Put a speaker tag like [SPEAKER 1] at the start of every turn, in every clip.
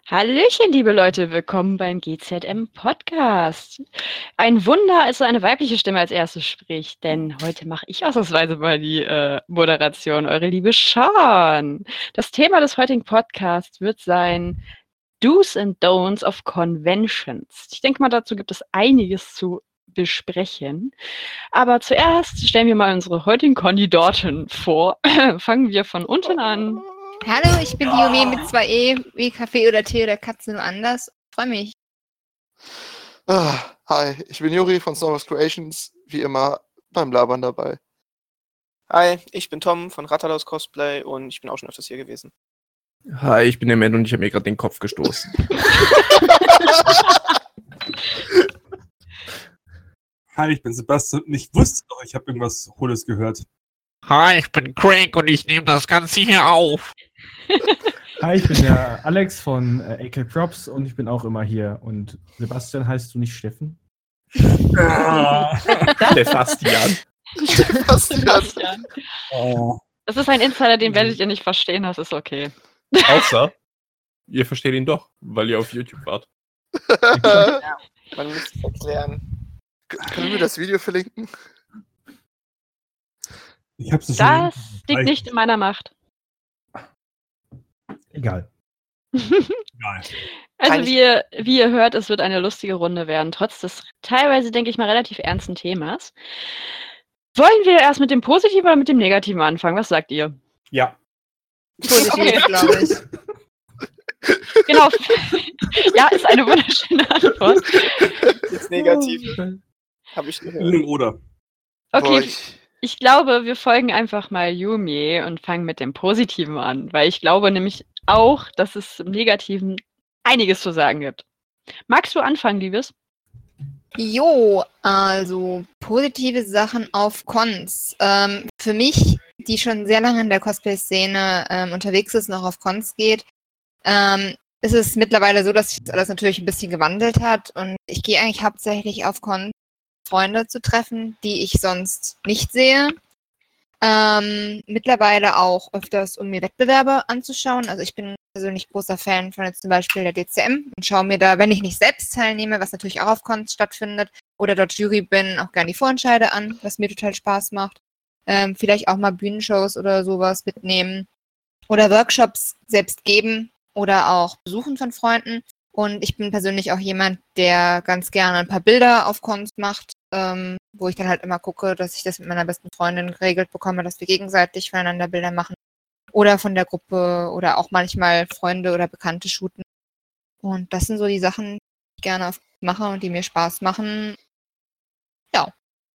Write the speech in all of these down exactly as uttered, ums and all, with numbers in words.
[SPEAKER 1] Hallöchen, liebe Leute, willkommen beim G Z M Podcast. Ein Wunder, als so eine weibliche Stimme als erstes spricht, denn heute mache ich ausnahmsweise mal die äh, Moderation, eure liebe Sean. Das Thema des heutigen Podcasts wird sein Do's and Don'ts of Conventions. Ich denke mal, dazu gibt es einiges zu besprechen. Aber zuerst stellen wir mal unsere heutigen Kandidaten vor. Fangen wir von unten an.
[SPEAKER 2] Hallo, ich bin Diomi mit zwei E, wie Kaffee oder Tee oder Katze nur anders. Freue mich.
[SPEAKER 3] Ah, hi, ich bin Juri von Star Wars Creations, wie immer beim Labern dabei.
[SPEAKER 4] Hi, ich bin Tom von Rattalos Cosplay und ich bin auch schon öfters hier gewesen.
[SPEAKER 5] Hi, ich bin der Matt und ich habe mir gerade den Kopf gestoßen.
[SPEAKER 6] Hi, ich bin Sebastian und ich wusste doch, ich habe irgendwas Hohles gehört.
[SPEAKER 7] Hi, ich bin Craig und ich nehme das Ganze hier auf.
[SPEAKER 8] Hi, ich bin der Alex von äh, A K Props und ich bin auch immer hier. Und Sebastian, heißt du nicht Steffen?
[SPEAKER 5] Sebastian.
[SPEAKER 1] Sebastian.
[SPEAKER 6] Oh.
[SPEAKER 1] Das ist ein Insider, den werdet ihr nicht verstehen, das ist okay.
[SPEAKER 5] Außer, ihr versteht ihn doch, weil ihr auf YouTube wart.
[SPEAKER 4] Ja, man muss es erklären.
[SPEAKER 3] Können wir das Video verlinken?
[SPEAKER 6] Ich hab's das
[SPEAKER 1] Das
[SPEAKER 6] schon-
[SPEAKER 1] liegt nicht in meiner Macht.
[SPEAKER 8] Egal.
[SPEAKER 6] Egal.
[SPEAKER 1] Also
[SPEAKER 4] Kann ich-
[SPEAKER 1] wie ihr, wie ihr hört, es wird eine lustige Runde werden, trotz des teilweise, denke ich mal, relativ ernsten Themas. Wollen wir erst mit dem Positiven oder mit dem Negativen anfangen? Was sagt ihr?
[SPEAKER 5] Ja.
[SPEAKER 2] Positiv, glaube ich.
[SPEAKER 1] Genau. Ja, ist eine wunderschöne Antwort.
[SPEAKER 4] Jetzt negativ. Habe ich gehört.
[SPEAKER 6] Oder, oder.
[SPEAKER 1] Okay,
[SPEAKER 3] Boah,
[SPEAKER 1] ich,
[SPEAKER 3] ich,
[SPEAKER 1] ich glaube, wir folgen einfach mal Yumi und fangen mit dem Positiven an, weil ich glaube nämlich auch, dass es im Negativen einiges zu sagen gibt. Magst du anfangen, Liebes?
[SPEAKER 2] Jo, also positive Sachen auf Cons. Ähm, für mich, die schon sehr lange in der Cosplay-Szene ähm, unterwegs ist und auch auf Cons geht, ähm, ist es mittlerweile so, dass sich das alles natürlich ein bisschen gewandelt hat und ich gehe eigentlich hauptsächlich auf Cons, Freunde zu treffen, die ich sonst nicht sehe. Ähm, mittlerweile auch öfters, um mir Wettbewerbe anzuschauen. Also ich bin persönlich großer Fan von jetzt zum Beispiel der D C M und schaue mir da, wenn ich nicht selbst teilnehme, was natürlich auch auf Cons stattfindet, oder dort Jury bin, auch gerne die Vorentscheide an, was mir total Spaß macht. Ähm, vielleicht auch mal Bühnenshows oder sowas mitnehmen oder Workshops selbst geben oder auch besuchen von Freunden. Und ich bin persönlich auch jemand, der ganz gerne ein paar Bilder auf Cons macht, ähm, wo ich dann halt immer gucke, dass ich das mit meiner besten Freundin geregelt bekomme, dass wir gegenseitig voneinander Bilder machen. Oder von der Gruppe oder auch manchmal Freunde oder Bekannte shooten. Und das sind so die Sachen, die ich gerne auf- mache und die mir Spaß machen. Ja.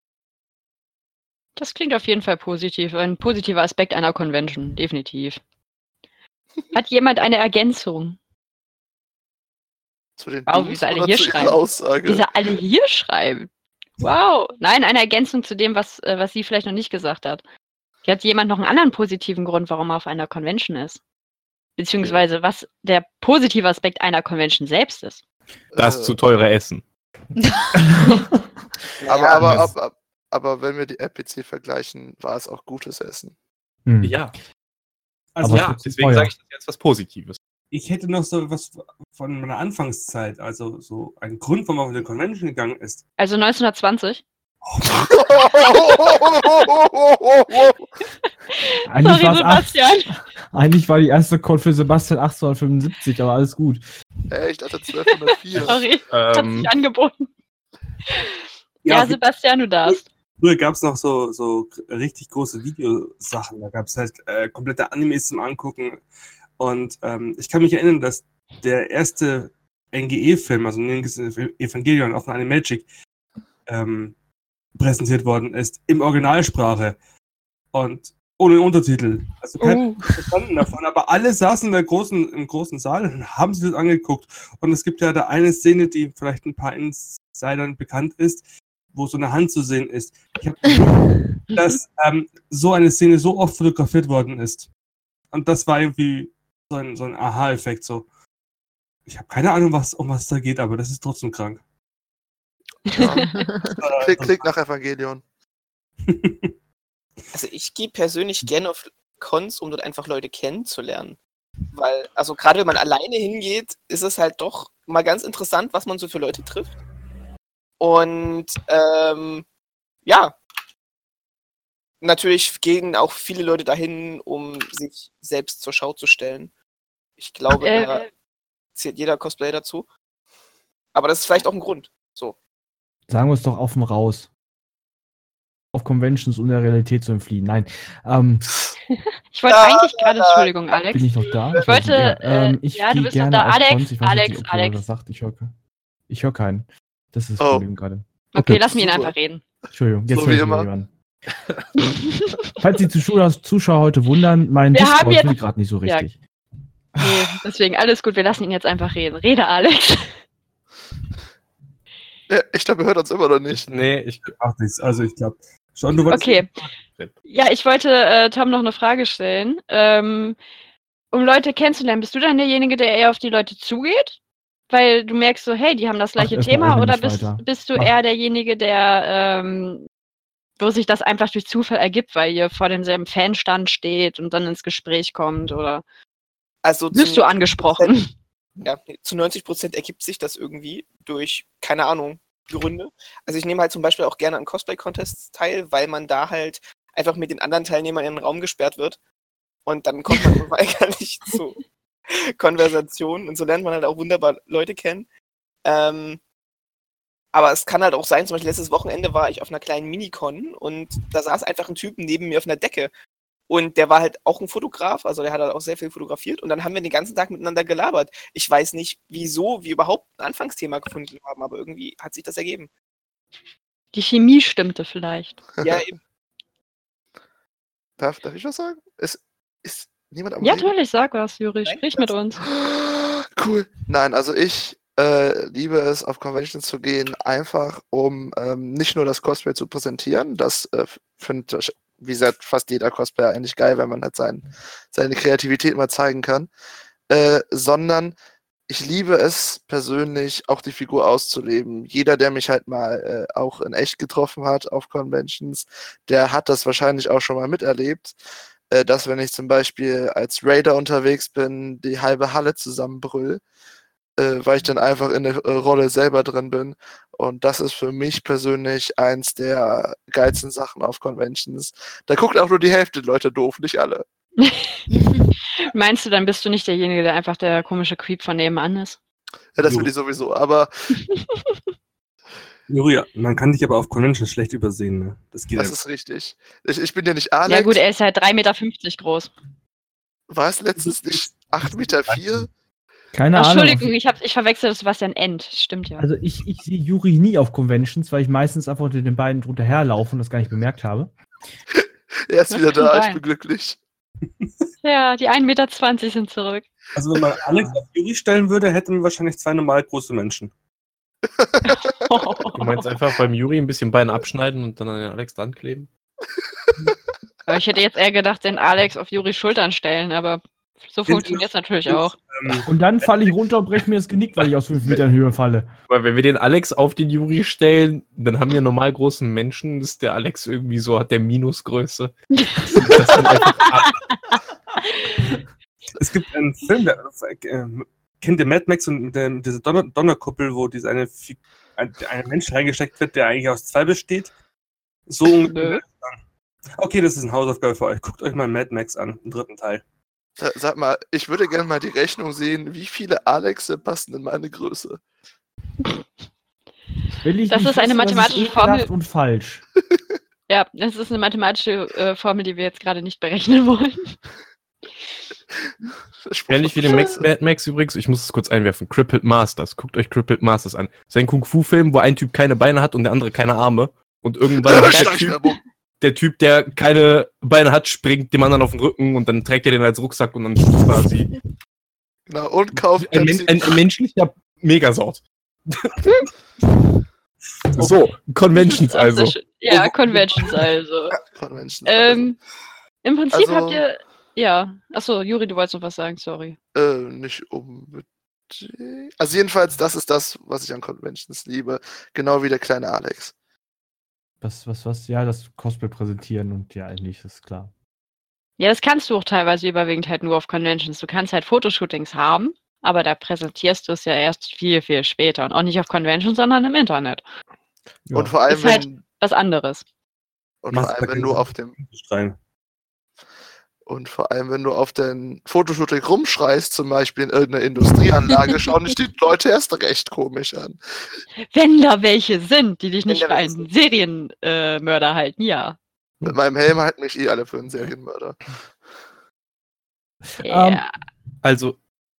[SPEAKER 1] Das klingt auf jeden Fall positiv. Ein positiver Aspekt einer Convention, definitiv. Hat jemand eine Ergänzung?
[SPEAKER 3] zu den
[SPEAKER 1] Wow, wie
[SPEAKER 3] Do's
[SPEAKER 1] sie alle
[SPEAKER 3] oder
[SPEAKER 1] hier
[SPEAKER 3] zu ihrer
[SPEAKER 1] schreiben.
[SPEAKER 3] Aussage?
[SPEAKER 1] Wie sie alle hier schreiben. Wow. Nein, eine Ergänzung zu dem, was, äh, was sie vielleicht noch nicht gesagt hat. Hat jemand noch einen anderen positiven Grund, warum er auf einer Convention ist? Beziehungsweise, was der positive Aspekt einer Convention selbst ist?
[SPEAKER 5] Das
[SPEAKER 3] Äh,
[SPEAKER 5] zu teure Essen.
[SPEAKER 3] aber,
[SPEAKER 4] Ja,
[SPEAKER 3] aber,
[SPEAKER 5] das-
[SPEAKER 3] aber, aber wenn wir die R P C vergleichen, war es auch gutes Essen.
[SPEAKER 8] Hm.
[SPEAKER 5] Ja,
[SPEAKER 6] Also
[SPEAKER 8] Aber
[SPEAKER 5] ja,
[SPEAKER 8] trotzdem
[SPEAKER 5] deswegen
[SPEAKER 8] teuer.
[SPEAKER 5] sage ich das jetzt was Positives.
[SPEAKER 6] ich hätte noch so was von meiner Anfangszeit, also so ein Grund, warum man auf eine Convention gegangen ist.
[SPEAKER 1] Also neunzehnhundertzwanzig?
[SPEAKER 8] Eigentlich,
[SPEAKER 1] Sorry,
[SPEAKER 8] war's acht-
[SPEAKER 1] Sebastian.
[SPEAKER 8] eigentlich war die erste Con für Sebastian achtzehnhundertfünfundsiebzig, aber alles gut.
[SPEAKER 3] Hey, ich dachte zwölfhundertvier.
[SPEAKER 1] Sorry, hat
[SPEAKER 5] Ähm,
[SPEAKER 1] sich angeboten. Ja, Sebastian, du darfst.
[SPEAKER 6] Früher gab es noch so, so richtig große Videosachen. Da gab es halt äh, komplette Animes zum Angucken. Und ähm, ich kann mich erinnern, dass der erste N G E-Film, also Neon Evangelion auf einer Animagic, ähm, präsentiert worden ist, im Originalsprache. Und ohne Untertitel. Also kein
[SPEAKER 1] Oh.
[SPEAKER 6] verstanden davon. Aber alle saßen in der großen, im großen Saal und haben sich das angeguckt. Und es gibt ja da eine Szene, die vielleicht ein paar Insidern bekannt ist, wo so eine Hand zu sehen ist. Ich habe dass ähm, so eine Szene so oft fotografiert worden ist. Und das war irgendwie so ein, so ein Aha-Effekt. So. Ich habe keine Ahnung, was, um was da geht, aber das ist trotzdem krank.
[SPEAKER 3] Ja.
[SPEAKER 6] Äh,
[SPEAKER 3] Klick, klick nach Evangelion.
[SPEAKER 4] Also ich gehe persönlich gerne auf Cons, um dort einfach Leute kennenzulernen. Weil, also gerade wenn man alleine hingeht, ist es halt doch mal ganz interessant, was man so für Leute trifft. Und ähm, ja, natürlich gehen auch viele Leute dahin, um sich selbst zur Schau zu stellen. Ich glaube,
[SPEAKER 1] Äh,
[SPEAKER 4] da zählt jeder Cosplayer dazu. Aber das ist vielleicht auch ein Grund. So.
[SPEAKER 8] Sagen wir es doch offen raus. Auf Conventions, um der Realität zu entfliehen. Nein. Ähm,
[SPEAKER 1] Ich wollte
[SPEAKER 4] Ja,
[SPEAKER 1] eigentlich gerade, Entschuldigung, Alex.
[SPEAKER 8] bin ich noch da?
[SPEAKER 1] Ich wollte,
[SPEAKER 8] Ja, ähm,
[SPEAKER 1] äh,
[SPEAKER 8] ich
[SPEAKER 1] ja, du
[SPEAKER 8] gehe
[SPEAKER 1] bist noch
[SPEAKER 8] gerne
[SPEAKER 1] da.
[SPEAKER 8] auf
[SPEAKER 1] Alex,
[SPEAKER 8] Cons. Ich weiß
[SPEAKER 1] Alex,
[SPEAKER 8] nicht, ob
[SPEAKER 1] Alex.
[SPEAKER 8] das sagt. Ich höre ich hör keinen. Das ist das
[SPEAKER 3] Oh.
[SPEAKER 8] Problem gerade.
[SPEAKER 1] Okay,
[SPEAKER 8] Okay.
[SPEAKER 1] lass mich ihn
[SPEAKER 3] Super.
[SPEAKER 1] einfach reden.
[SPEAKER 8] Entschuldigung, jetzt
[SPEAKER 3] So
[SPEAKER 8] höre
[SPEAKER 3] wie
[SPEAKER 8] ich
[SPEAKER 3] immer.
[SPEAKER 8] jemanden. Falls die Zuschauer, Zuschauer heute wundern, mein
[SPEAKER 1] Wir haben
[SPEAKER 8] Discord
[SPEAKER 1] jetzt-
[SPEAKER 8] will gerade nicht so
[SPEAKER 1] Ja.
[SPEAKER 8] richtig.
[SPEAKER 1] Nee, deswegen alles gut, wir lassen ihn jetzt einfach reden. Rede, Alex.
[SPEAKER 3] Ja, ich glaube, er hört uns immer noch nicht.
[SPEAKER 5] Nee, ich.
[SPEAKER 6] Ach, nichts. Also ich glaube, schon du wolltest.
[SPEAKER 1] Okay. Ja, ich wollte äh, Tom noch eine Frage stellen. Ähm, um Leute kennenzulernen, bist du dann derjenige, der eher auf die Leute zugeht? Weil du merkst so, hey, die haben das gleiche
[SPEAKER 8] Mach erst mal
[SPEAKER 1] Thema,
[SPEAKER 8] Eule
[SPEAKER 1] oder
[SPEAKER 8] nicht
[SPEAKER 1] bist,
[SPEAKER 8] weiter.
[SPEAKER 1] bist du
[SPEAKER 8] Mach.
[SPEAKER 1] eher derjenige, der, ähm, wo sich das einfach durch Zufall ergibt, weil ihr vor demselben Fanstand steht und dann ins Gespräch kommt, oder
[SPEAKER 4] Also
[SPEAKER 1] wirst du
[SPEAKER 4] zu,
[SPEAKER 1] angesprochen?
[SPEAKER 4] ja, nee, zu neunzig Prozent ergibt sich das irgendwie durch, keine Ahnung, Gründe. Also ich nehme halt zum Beispiel auch gerne an Cosplay-Contests teil, weil man da halt einfach mit den anderen Teilnehmern in den Raum gesperrt wird. Und dann kommt man unweigerlich zu Konversationen. Und so lernt man halt auch wunderbar Leute kennen. Ähm, aber es kann halt auch sein, zum Beispiel letztes Wochenende war ich auf einer kleinen Minicon und da saß einfach ein Typ neben mir auf einer Decke. Und der war halt auch ein Fotograf, also der hat halt auch sehr viel fotografiert. Und dann haben wir den ganzen Tag miteinander gelabert. Ich weiß nicht, wieso wir überhaupt ein Anfangsthema gefunden haben, aber irgendwie hat sich das ergeben.
[SPEAKER 1] Die Chemie stimmte vielleicht.
[SPEAKER 4] Ja, eben.
[SPEAKER 3] Darf, darf ich was sagen? Es ist niemand am
[SPEAKER 1] Ja,
[SPEAKER 3] Reden?
[SPEAKER 1] natürlich, sag was, Juri,
[SPEAKER 4] Nein,
[SPEAKER 1] sprich
[SPEAKER 4] das-
[SPEAKER 1] mit uns.
[SPEAKER 3] Cool. Nein, also ich äh, liebe es, auf Conventions zu gehen, einfach um ähm, nicht nur das Cosplay zu präsentieren. Das äh, finde ich, wie gesagt, fast jeder Cosplayer eigentlich geil, wenn man halt sein, seine Kreativität mal zeigen kann. Äh, sondern ich liebe es persönlich, auch die Figur auszuleben. Jeder, der mich halt mal äh, auch in echt getroffen hat auf Conventions, der hat das wahrscheinlich auch schon mal miterlebt, äh, dass wenn ich zum Beispiel als Raider unterwegs bin, die halbe Halle zusammenbrüll, äh, weil ich dann einfach in der äh, Rolle selber drin bin. Und das ist für mich persönlich eins der geilsten Sachen auf Conventions. Da guckt auch nur die Hälfte der Leute doof, nicht alle.
[SPEAKER 1] Meinst du, dann bist du nicht derjenige, der einfach der komische Creep von nebenan ist?
[SPEAKER 3] Ja, das
[SPEAKER 6] Jo.
[SPEAKER 3] will ich sowieso, aber
[SPEAKER 6] Juria, man kann dich aber auf Conventions schlecht übersehen, ne? Das geht
[SPEAKER 3] das
[SPEAKER 6] ja.
[SPEAKER 3] ist richtig. Ich, ich bin ja nicht Alex.
[SPEAKER 1] Ja gut, er ist halt drei Meter fünfzig groß.
[SPEAKER 3] War es letztens nicht acht Meter vier?
[SPEAKER 8] Keine
[SPEAKER 1] Ach,
[SPEAKER 8] Ahnung.
[SPEAKER 1] Entschuldigung, ich, hab, ich verwechsel das Sebastian End. Stimmt ja.
[SPEAKER 8] Also ich, ich sehe Juri nie auf Conventions, weil ich meistens einfach unter den beiden drunter herlaufe und das gar nicht bemerkt habe.
[SPEAKER 3] Er ist
[SPEAKER 1] Das
[SPEAKER 3] wieder
[SPEAKER 1] kann
[SPEAKER 3] da,
[SPEAKER 1] sein.
[SPEAKER 3] ich bin glücklich.
[SPEAKER 1] Ja, die ein Meter zwanzig sind zurück.
[SPEAKER 6] Also wenn man Alex auf Juri stellen würde, hätten wir wahrscheinlich zwei normal große Menschen.
[SPEAKER 5] Du meinst einfach beim Juri ein bisschen Bein abschneiden und dann an den Alex dran kleben?
[SPEAKER 1] Aber ich hätte jetzt eher gedacht, den Alex auf Juris Schultern stellen, aber so funktioniert es natürlich auch.
[SPEAKER 6] Ähm,
[SPEAKER 8] Und dann falle ich runter und breche mir das Genick, weil ich aus fünf Metern Höhe falle.
[SPEAKER 5] Weil wenn wir den Alex auf den Juri stellen, dann haben wir normal großen Menschen, ist der Alex irgendwie so, hat der Minusgröße. Das dann einfach ab.
[SPEAKER 6] Es gibt einen Film, der äh, kennt ihr Mad Max und der, diese Donner, Donnerkuppel, wo diese eine, Fi- ein, ein Mensch reingesteckt wird, der eigentlich aus zwei besteht. So ungefähr. Okay, das ist eine Hausaufgabe für euch. Guckt euch mal Mad Max an, den dritten Teil.
[SPEAKER 3] Sa- Sag mal, ich würde gerne mal die Rechnung sehen, wie viele Alexe passen in meine Größe.
[SPEAKER 8] Will ich
[SPEAKER 1] Das
[SPEAKER 8] nicht
[SPEAKER 1] ist eine
[SPEAKER 8] wissen,
[SPEAKER 1] mathematische
[SPEAKER 8] ekelhaft
[SPEAKER 1] Formel.
[SPEAKER 8] und falsch.
[SPEAKER 1] Ja, das ist eine mathematische äh, Formel, die wir jetzt gerade nicht berechnen wollen.
[SPEAKER 5] Ähnlich wie den Max, Mad Max übrigens, ich muss es kurz einwerfen, Crippled Masters. Guckt euch Crippled Masters an. Das ist ein Kung-Fu-Film, wo ein Typ keine Beine hat und der andere keine Arme. Und irgendwann hat der Typ,
[SPEAKER 3] Schleichwerbung.
[SPEAKER 5] der Typ, der keine Beine hat, springt dem anderen auf den Rücken und dann trägt er den als Rucksack und dann ist es quasi
[SPEAKER 3] Genau, und kauft
[SPEAKER 5] ein,
[SPEAKER 3] Pepsi.
[SPEAKER 5] Men ein, ein menschlicher Megasort. So, Conventions
[SPEAKER 1] Das ist
[SPEAKER 5] also.
[SPEAKER 1] auch sehr schön. Ja, Conventions also.
[SPEAKER 3] Von Menschen.
[SPEAKER 1] Ähm, Im Prinzip
[SPEAKER 3] Also-
[SPEAKER 1] habt ihr. Ja, achso, Juri, du wolltest noch was sagen, sorry.
[SPEAKER 3] Äh, nicht unbedingt. Also jedenfalls, das ist das, was ich an Conventions liebe. Genau wie der kleine Alex.
[SPEAKER 8] Was, was, was? Ja, das Cosplay präsentieren und ja, eigentlich ist klar.
[SPEAKER 1] Ja, das kannst du auch teilweise überwiegend halt nur auf Conventions. Du kannst halt Fotoshootings haben, aber da präsentierst du es ja erst viel, viel später. Und auch nicht auf Conventions, sondern im Internet.
[SPEAKER 8] Ja.
[SPEAKER 3] Und vor allem,
[SPEAKER 1] Ist halt
[SPEAKER 3] wenn,
[SPEAKER 1] was anderes.
[SPEAKER 3] und vor allem, wenn du auf dem
[SPEAKER 6] rein.
[SPEAKER 3] Und vor allem, wenn du auf den Fotoshooting rumschreist, zum Beispiel in irgendeiner Industrieanlage, schauen dich die Leute erst recht komisch an.
[SPEAKER 1] Wenn da welche sind, die dich
[SPEAKER 4] Wenn
[SPEAKER 1] nicht
[SPEAKER 4] da
[SPEAKER 1] für
[SPEAKER 4] welche
[SPEAKER 1] einen Serienmörder äh, Mörder halten, ja.
[SPEAKER 3] Mit meinem Helm halten mich eh alle für einen Serienmörder.
[SPEAKER 1] Ja,
[SPEAKER 5] Also,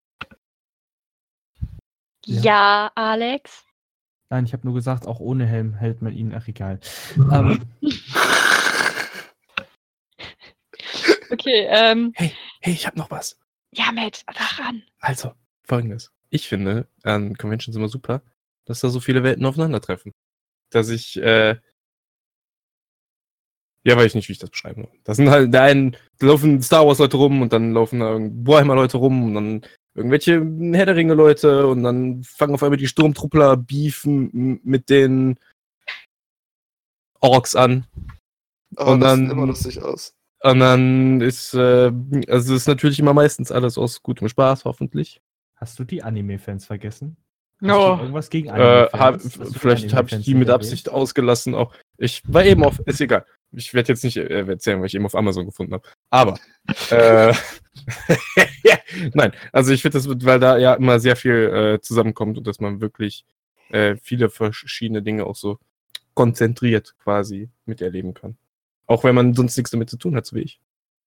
[SPEAKER 1] ja Alex.
[SPEAKER 8] Nein, ich habe nur gesagt, auch ohne Helm hält man ihn, ach egal. Ähm,
[SPEAKER 1] Okay, ähm,
[SPEAKER 5] hey, hey, ich hab noch was.
[SPEAKER 1] ja, Matt, sag ran.
[SPEAKER 5] Also, folgendes. Ich finde an Conventions immer super, dass da so viele Welten aufeinandertreffen. Dass ich, äh, ja, weiß ich nicht, wie ich das beschreiben soll. Das sind halt, der einen, da laufen Star Wars Leute rum und dann laufen da Warhammer Leute rum und dann irgendwelche Herr der Ringe Leute und dann fangen auf einmal die Sturmtruppler beefen m- mit den Orks an.
[SPEAKER 3] Aber
[SPEAKER 5] Und
[SPEAKER 3] das
[SPEAKER 5] dann-
[SPEAKER 3] sieht immer lustig aus.
[SPEAKER 5] Und dann ist, äh, also ist natürlich immer meistens alles aus gutem Spaß, hoffentlich.
[SPEAKER 8] Hast du die Anime-Fans vergessen? Hast
[SPEAKER 1] Oh,
[SPEAKER 8] du irgendwas gegen
[SPEAKER 5] Äh, hab,
[SPEAKER 8] Anime-Fans? Hast du die
[SPEAKER 5] vielleicht habe ich
[SPEAKER 8] Anime-Fans
[SPEAKER 5] die mit
[SPEAKER 8] nicht
[SPEAKER 5] Absicht ausgelassen auch. Ich war eben auf, ist egal. Ich werde jetzt nicht äh, erzählen, weil ich eben auf Amazon gefunden habe. Aber, äh, ja, nein, also ich finde das, weil da ja immer sehr viel äh, zusammenkommt und dass man wirklich äh, viele verschiedene Dinge auch so konzentriert quasi miterleben kann. Auch wenn man sonst nichts damit zu tun hat, so wie ich.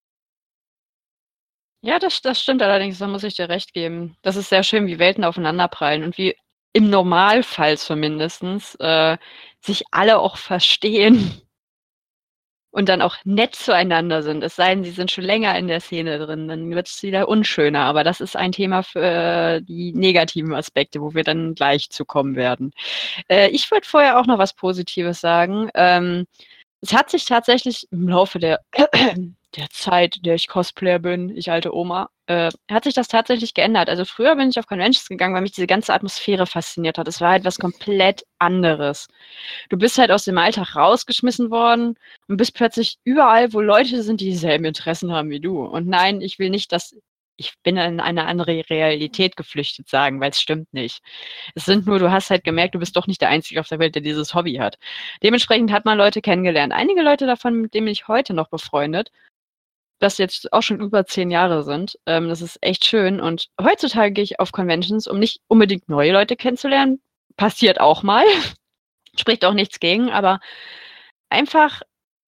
[SPEAKER 1] ja, das, das stimmt allerdings, da muss ich dir recht geben. Das ist sehr schön, wie Welten aufeinanderprallen und wie im Normalfall zumindest äh, sich alle auch verstehen und dann auch nett zueinander sind. Es sei denn, sie sind schon länger in der Szene drin, dann wird es wieder unschöner. Aber das ist ein Thema für äh, die negativen Aspekte, wo wir dann gleich zukommen werden. Äh, ich wollte vorher auch noch was Positives sagen. Ähm, es hat sich tatsächlich im Laufe der, der Zeit, in der ich Cosplayer bin, ich alte Oma, äh, hat sich das tatsächlich geändert. Also früher bin ich auf Conventions gegangen, weil mich diese ganze Atmosphäre fasziniert hat. Es war halt was komplett anderes. Du bist halt aus dem Alltag rausgeschmissen worden und bist plötzlich überall, wo Leute sind, die dieselben Interessen haben wie du. Und nein, ich will nicht, dass ich bin in eine andere Realität geflüchtet sagen, weil es stimmt nicht. Es sind nur, du hast halt gemerkt, du bist doch nicht der Einzige auf der Welt, der dieses Hobby hat. Dementsprechend hat man Leute kennengelernt. Einige Leute davon, mit denen bin ich heute noch befreundet, das jetzt auch schon über zehn Jahre sind. Ähm, das ist echt schön. Und heutzutage gehe ich auf Conventions, um nicht unbedingt neue Leute kennenzulernen. Passiert auch mal. Spricht auch nichts gegen, aber einfach,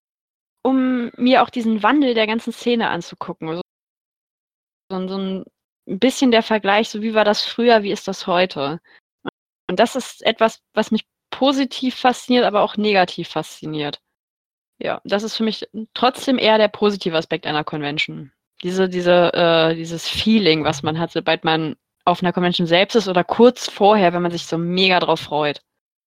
[SPEAKER 1] um mir auch diesen Wandel der ganzen Szene anzugucken. So, so, so ein bisschen der Vergleich, so wie war das früher, wie ist das heute? Und das ist etwas, was mich positiv fasziniert, aber auch negativ fasziniert. Ja, das ist für mich trotzdem eher der positive Aspekt einer Convention. Diese, diese, äh, dieses Feeling, was man hat, sobald man auf einer Convention selbst ist oder kurz vorher, wenn man sich so mega drauf freut.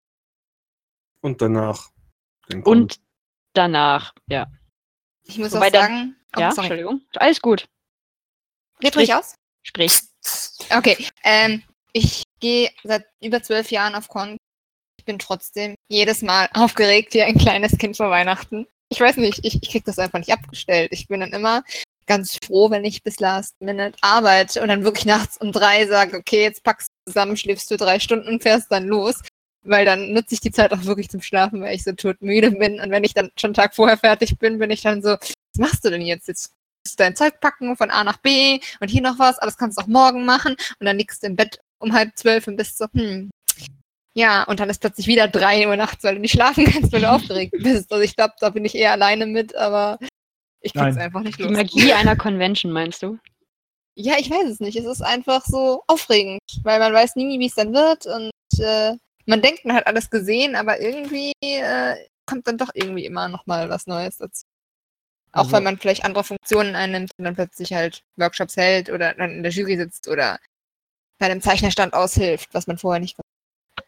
[SPEAKER 6] Und danach. Dann kommt-
[SPEAKER 1] Und danach, ja.
[SPEAKER 2] Ich muss
[SPEAKER 1] Wobei
[SPEAKER 2] auch
[SPEAKER 1] dann-
[SPEAKER 2] sagen. Oh,
[SPEAKER 1] Ja,
[SPEAKER 2] sorry.
[SPEAKER 1] Entschuldigung. Alles gut.
[SPEAKER 2] Red ruhig aus.
[SPEAKER 1] Sprich.
[SPEAKER 2] Okay. Ähm, ich gehe seit über zwölf Jahren auf Con. Ich bin trotzdem jedes Mal aufgeregt wie ein kleines Kind vor Weihnachten. Ich weiß nicht, ich, ich krieg das einfach nicht abgestellt. Ich bin dann immer ganz froh, wenn ich bis Last Minute arbeite und dann wirklich nachts um drei sage, okay, jetzt packst du zusammen, schläfst du drei Stunden und fährst dann los. Weil dann nutze ich die Zeit auch wirklich zum Schlafen, weil ich so todmüde bin. Und wenn ich dann schon einen Tag vorher fertig bin, bin ich dann so, was machst du denn jetzt? Jetzt musst du dein Zeug packen von A nach B und hier noch was, aber das kannst du auch morgen machen. Und dann liegst du im Bett um halb zwölf und bist so, hm, ja, und dann ist plötzlich wieder drei Uhr nachts, weil du nicht schlafen kannst, weil du aufgeregt bist. Also ich glaube, da bin ich eher alleine mit, aber ich krieg's
[SPEAKER 8] Nein.
[SPEAKER 2] einfach nicht
[SPEAKER 1] Die
[SPEAKER 2] los.
[SPEAKER 1] Magie einer Convention, meinst du?
[SPEAKER 2] Ja, ich weiß es nicht. Es ist einfach so aufregend, weil man weiß nie, wie es dann wird und äh, man denkt, man hat alles gesehen, aber irgendwie äh, kommt dann doch irgendwie immer noch mal was Neues dazu. Auch
[SPEAKER 8] Also-
[SPEAKER 2] wenn man vielleicht andere Funktionen einnimmt und dann plötzlich halt Workshops hält oder dann in der Jury sitzt oder bei einem Zeichnerstand aushilft, was man vorher nicht gemacht hat.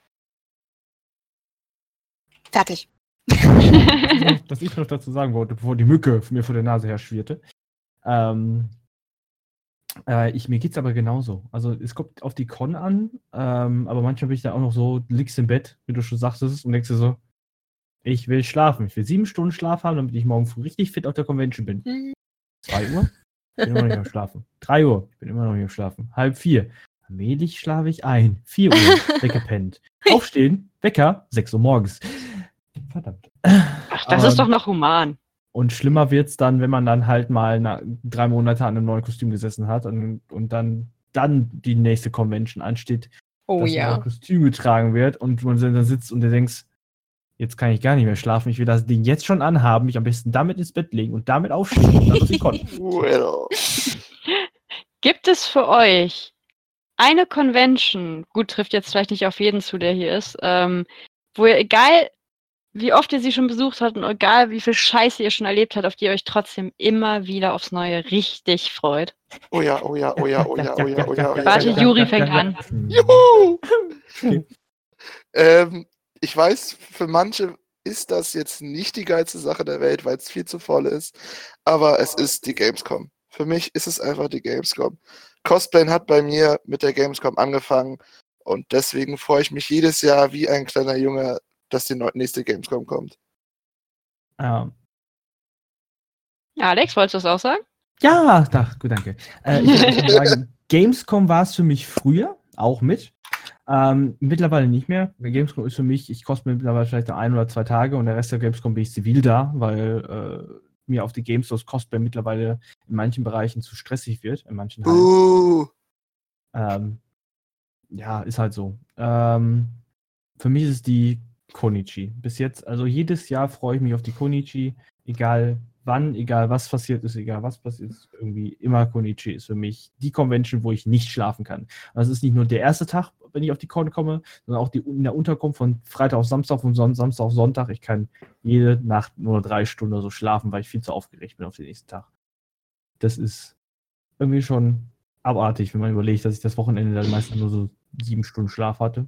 [SPEAKER 2] Fertig.
[SPEAKER 8] Was ich noch dazu sagen wollte, bevor die Mücke mir vor der Nase her schwirrte. Ähm, äh, ich, mir geht's aber genauso. Also es kommt auf die Con an, ähm, aber manchmal bin ich da auch noch so, du liegst im Bett, wie du schon sagtest, und denkst dir so, ich will schlafen. Ich will sieben Stunden Schlaf haben, damit ich morgen früh richtig fit auf der Convention bin. zwei Uhr, bin immer noch nicht am Schlafen. drei Uhr, bin immer noch nicht am Schlafen. Halb vier, allmählich schlafe ich ein. vier Uhr, weggepennt. Aufstehen, Wecker, sechs Uhr morgens. Verdammt.
[SPEAKER 1] Ach, das
[SPEAKER 8] Ähm,
[SPEAKER 1] ist doch noch human.
[SPEAKER 8] Und schlimmer wird's dann, wenn man dann halt mal na, drei Monate an einem neuen Kostüm gesessen hat und, und dann, dann die nächste Convention ansteht,
[SPEAKER 2] Oh
[SPEAKER 8] dass ein
[SPEAKER 2] ja.
[SPEAKER 8] neues Kostüm getragen wird und man dann sitzt und du denkst, jetzt kann ich gar nicht mehr schlafen, ich will das Ding jetzt schon anhaben, mich am besten damit ins Bett legen und damit aufstehen und dann auf die Con.
[SPEAKER 3] Well.
[SPEAKER 1] Gibt es für euch eine Convention, gut, trifft jetzt vielleicht nicht auf jeden zu, der hier ist, ähm, wo ihr, egal wie oft ihr sie schon besucht habt und egal wie viel Scheiße ihr schon erlebt habt, auf die ihr euch trotzdem immer wieder aufs Neue richtig freut?
[SPEAKER 3] Oh ja, oh ja, oh ja, oh ja, oh ja, oh ja, oh ja.
[SPEAKER 1] Warte,
[SPEAKER 3] oh ja.
[SPEAKER 1] Juri fängt an.
[SPEAKER 3] Juhu! ähm, ich weiß, für manche ist das jetzt nicht die geilste Sache der Welt, weil es viel zu voll ist, aber es ist die Gamescom. Für mich ist es einfach die Gamescom. Cosplayen hat bei mir mit der Gamescom angefangen und deswegen freue ich mich jedes Jahr wie ein kleiner Junge, dass die neu- nächste Gamescom kommt.
[SPEAKER 8] Ähm,
[SPEAKER 1] Alex, wolltest du das auch sagen?
[SPEAKER 8] ja, da, gut, danke. Äh, ich würde sagen, Gamescom war es für mich früher, auch mit. Ähm, mittlerweile nicht mehr. Gamescom ist für mich, ich cosplay mittlerweile vielleicht ein oder zwei Tage und der Rest der Gamescom bin ich zivil da, weil äh, mir auf die Games das Cosplay mittlerweile in manchen Bereichen zu stressig wird, in manchen Hallen.
[SPEAKER 3] Uh,
[SPEAKER 8] Ähm, ja, ist halt so. Ähm, für mich ist es die Konichi. Bis jetzt, also jedes Jahr freue ich mich auf die Konichi, egal wann, egal was passiert ist, egal was passiert ist, irgendwie immer Konichi ist für mich die Convention, wo ich nicht schlafen kann. Also es ist nicht nur der erste Tag, wenn ich auf die Con komme, sondern auch die, in der Unterkunft von Freitag auf Samstag und Son Samstag auf Sonntag. Ich kann jede Nacht nur drei Stunden oder so schlafen, weil ich viel zu aufgeregt bin auf den nächsten Tag. Das ist irgendwie schon abartig, wenn man überlegt, dass ich das Wochenende dann meistens nur so sieben Stunden Schlaf hatte.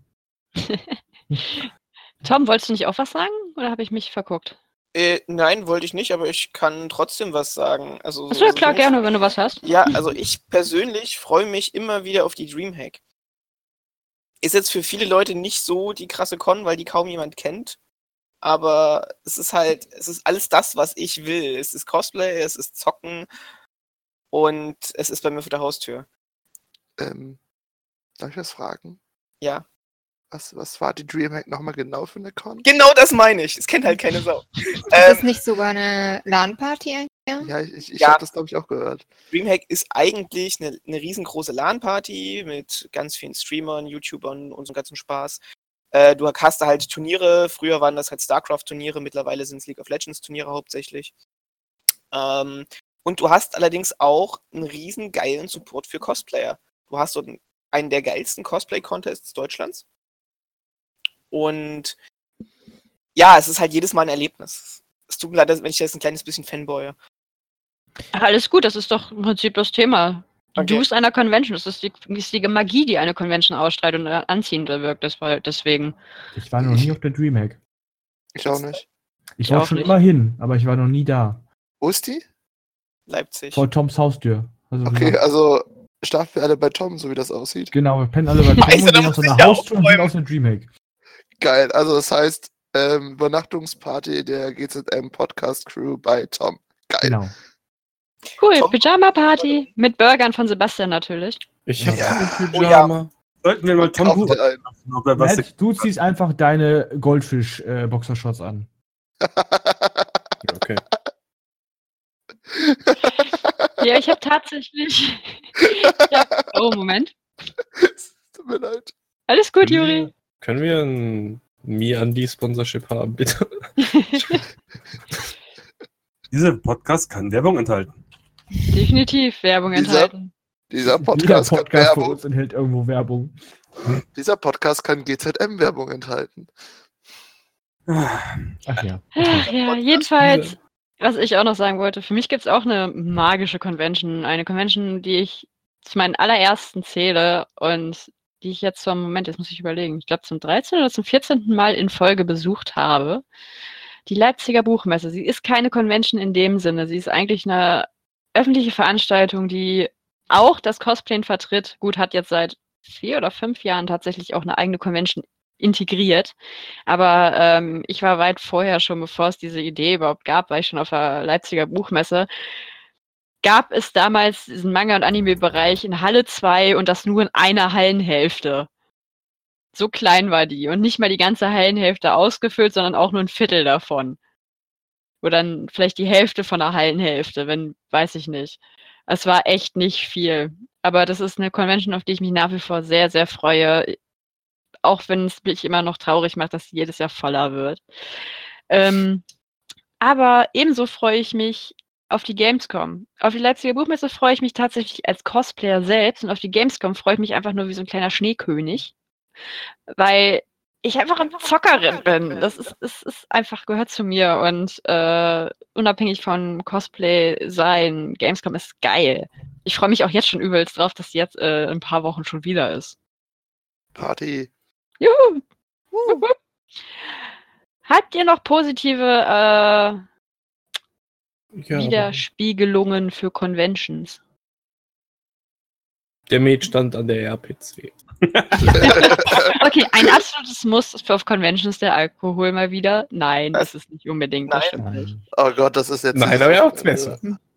[SPEAKER 1] Tom, wolltest du nicht auch was sagen oder habe ich mich verguckt?
[SPEAKER 4] Äh, nein, wollte ich nicht, aber ich kann trotzdem was sagen. Also,
[SPEAKER 1] Achso, ja,
[SPEAKER 4] so
[SPEAKER 1] klar,
[SPEAKER 4] Dings-
[SPEAKER 1] gerne, wenn du was hast.
[SPEAKER 4] Ja, also ich persönlich freue mich immer wieder auf die Dreamhack. Ist jetzt für viele Leute nicht so die krasse Con, weil die kaum jemand kennt. Aber es ist halt, es ist alles das, was ich will. Es ist Cosplay, es ist Zocken und es ist bei mir vor der Haustür.
[SPEAKER 3] ähm, darf ich was fragen?
[SPEAKER 4] Ja.
[SPEAKER 3] Was, was war die Dreamhack nochmal genau für eine Con?
[SPEAKER 4] Genau das meine ich. Es kennt halt keine Sau.
[SPEAKER 2] Ist das
[SPEAKER 4] ähm,
[SPEAKER 2] nicht sogar eine LAN-Party eigentlich?
[SPEAKER 3] Ja, ich, ich, ich
[SPEAKER 4] Ja.
[SPEAKER 3] habe das, glaube ich, auch gehört.
[SPEAKER 4] Dreamhack ist eigentlich eine, eine riesengroße LAN-Party mit ganz vielen Streamern, YouTubern und so einem ganzen Spaß. Äh, du hast da halt Turniere. Früher waren das halt StarCraft-Turniere, mittlerweile sind es League of Legends-Turniere hauptsächlich. Ähm, und du hast allerdings auch einen riesen geilen Support für Cosplayer. Du hast so einen der geilsten Cosplay-Contests Deutschlands. Und ja, es ist halt jedes Mal ein Erlebnis. Es tut mir leid, wenn ich jetzt ein kleines bisschen fanboye.
[SPEAKER 1] Ach, alles gut, das ist doch im Prinzip das Thema.
[SPEAKER 4] Okay.
[SPEAKER 1] Du bist einer Convention, das ist die, ist die Magie, die eine Convention ausstrahlt und äh, anziehend wirkt, das war deswegen.
[SPEAKER 8] Ich war noch nie auf der Dreamhack.
[SPEAKER 3] Ich auch nicht.
[SPEAKER 8] Ich
[SPEAKER 1] Ich
[SPEAKER 8] wollte
[SPEAKER 1] auch
[SPEAKER 8] schon
[SPEAKER 1] nicht.
[SPEAKER 8] immer hin, aber ich war noch nie da.
[SPEAKER 3] Wo ist die?
[SPEAKER 4] Leipzig.
[SPEAKER 8] Vor Toms Haustür. Also
[SPEAKER 3] Okay,
[SPEAKER 8] gesagt,
[SPEAKER 3] also schlafen wir alle bei Tom, so wie das aussieht.
[SPEAKER 8] genau, wir pennen alle bei Tom
[SPEAKER 4] Scheiße,
[SPEAKER 8] und
[SPEAKER 4] da
[SPEAKER 8] gehen aus
[SPEAKER 4] muss
[SPEAKER 8] einer
[SPEAKER 4] ich ja
[SPEAKER 8] Haustür und sind
[SPEAKER 4] aufräumen.
[SPEAKER 8] aus der Dreamhack.
[SPEAKER 3] Geil, also das heißt, ähm, Übernachtungsparty der G Z M Podcast Crew bei Tom. Geil.
[SPEAKER 8] Genau.
[SPEAKER 1] Cool,
[SPEAKER 4] Tom-
[SPEAKER 1] Pyjama-Party mit Burgern von Sebastian natürlich.
[SPEAKER 5] Ich habe
[SPEAKER 3] Ja.
[SPEAKER 5] ein
[SPEAKER 4] Oh ja.
[SPEAKER 5] Pyjama.
[SPEAKER 6] Sollten wir mal Tom
[SPEAKER 3] Kauft
[SPEAKER 6] gut
[SPEAKER 3] ihr ein.
[SPEAKER 6] ob er was
[SPEAKER 8] Matt, du ziehst einfach deine Goldfisch-Boxershorts an.
[SPEAKER 5] Okay.
[SPEAKER 1] Ja, ich habe tatsächlich. ich hab, oh, Moment.
[SPEAKER 3] Tut mir leid.
[SPEAKER 1] Alles gut,
[SPEAKER 5] Können wir-
[SPEAKER 1] Juri.
[SPEAKER 5] Können wir ein MeAndy-Sponsorship haben, bitte?
[SPEAKER 6] Dieser Podcast kann Werbung enthalten.
[SPEAKER 1] Definitiv Werbung
[SPEAKER 3] Dieser-
[SPEAKER 1] enthalten.
[SPEAKER 3] Dieser
[SPEAKER 8] Jeder
[SPEAKER 3] Podcast, kann
[SPEAKER 8] Podcast von
[SPEAKER 3] Werbung.
[SPEAKER 8] uns enthält irgendwo Werbung.
[SPEAKER 3] Dieser Podcast kann G Z M-Werbung enthalten.
[SPEAKER 8] Ach ja.
[SPEAKER 1] Ach ja, jedenfalls, was ich auch noch sagen wollte, für mich gibt es auch eine magische Convention. Eine Convention, die ich zu meinen allerersten zähle und die ich jetzt zum Moment, jetzt muss ich überlegen, ich glaube zum dreizehnten oder zum vierzehnten Mal in Folge besucht habe. Die Leipziger Buchmesse. Sie ist keine Convention in dem Sinne. Sie ist eigentlich eine öffentliche Veranstaltung, die auch das Cosplayen vertritt. Gut, hat jetzt seit vier oder fünf Jahren tatsächlich auch eine eigene Convention integriert. Aber ähm, ich war weit vorher schon, bevor es diese Idee überhaupt gab, war ich schon auf der Leipziger Buchmesse. gab es damals diesen Manga- und Anime-Bereich in Halle zwei und das nur in einer Hallenhälfte. So klein war die und nicht mal die ganze Hallenhälfte ausgefüllt, sondern auch nur ein Viertel davon. Oder dann vielleicht die Hälfte von der Hallenhälfte, wenn, weiß ich nicht. Es war echt nicht viel. Aber das ist eine Convention, auf die ich mich nach wie vor sehr, sehr freue. Auch wenn es mich immer noch traurig macht, dass sie jedes Jahr voller wird. Ähm, aber ebenso freue ich mich auf die Gamescom. Auf die Leipziger Buchmesse freue ich mich tatsächlich als Cosplayer selbst und auf die Gamescom freue ich mich einfach nur wie so ein kleiner Schneekönig. Weil ich einfach eine Zockerin bin. Das ist, ist, ist einfach, gehört zu mir und äh, unabhängig von Cosplay sein, Gamescom ist geil. Ich freue mich auch jetzt schon übelst drauf, dass die jetzt äh, in ein paar Wochen schon wieder ist.
[SPEAKER 3] Party.
[SPEAKER 1] Juhu! Wupp, wupp. Habt ihr noch positive äh,
[SPEAKER 5] Ja,
[SPEAKER 1] Widerspiegelungen für Conventions?
[SPEAKER 5] der Med stand an der R P C.
[SPEAKER 1] Okay, ein absolutes Muss für auf Conventions der Alkohol mal wieder. Nein,
[SPEAKER 4] Was?
[SPEAKER 1] das ist nicht unbedingt. Das
[SPEAKER 4] Nein.
[SPEAKER 1] stimmt nicht.
[SPEAKER 3] Oh Gott, das ist jetzt.
[SPEAKER 5] Nein, aber ja, auch besser.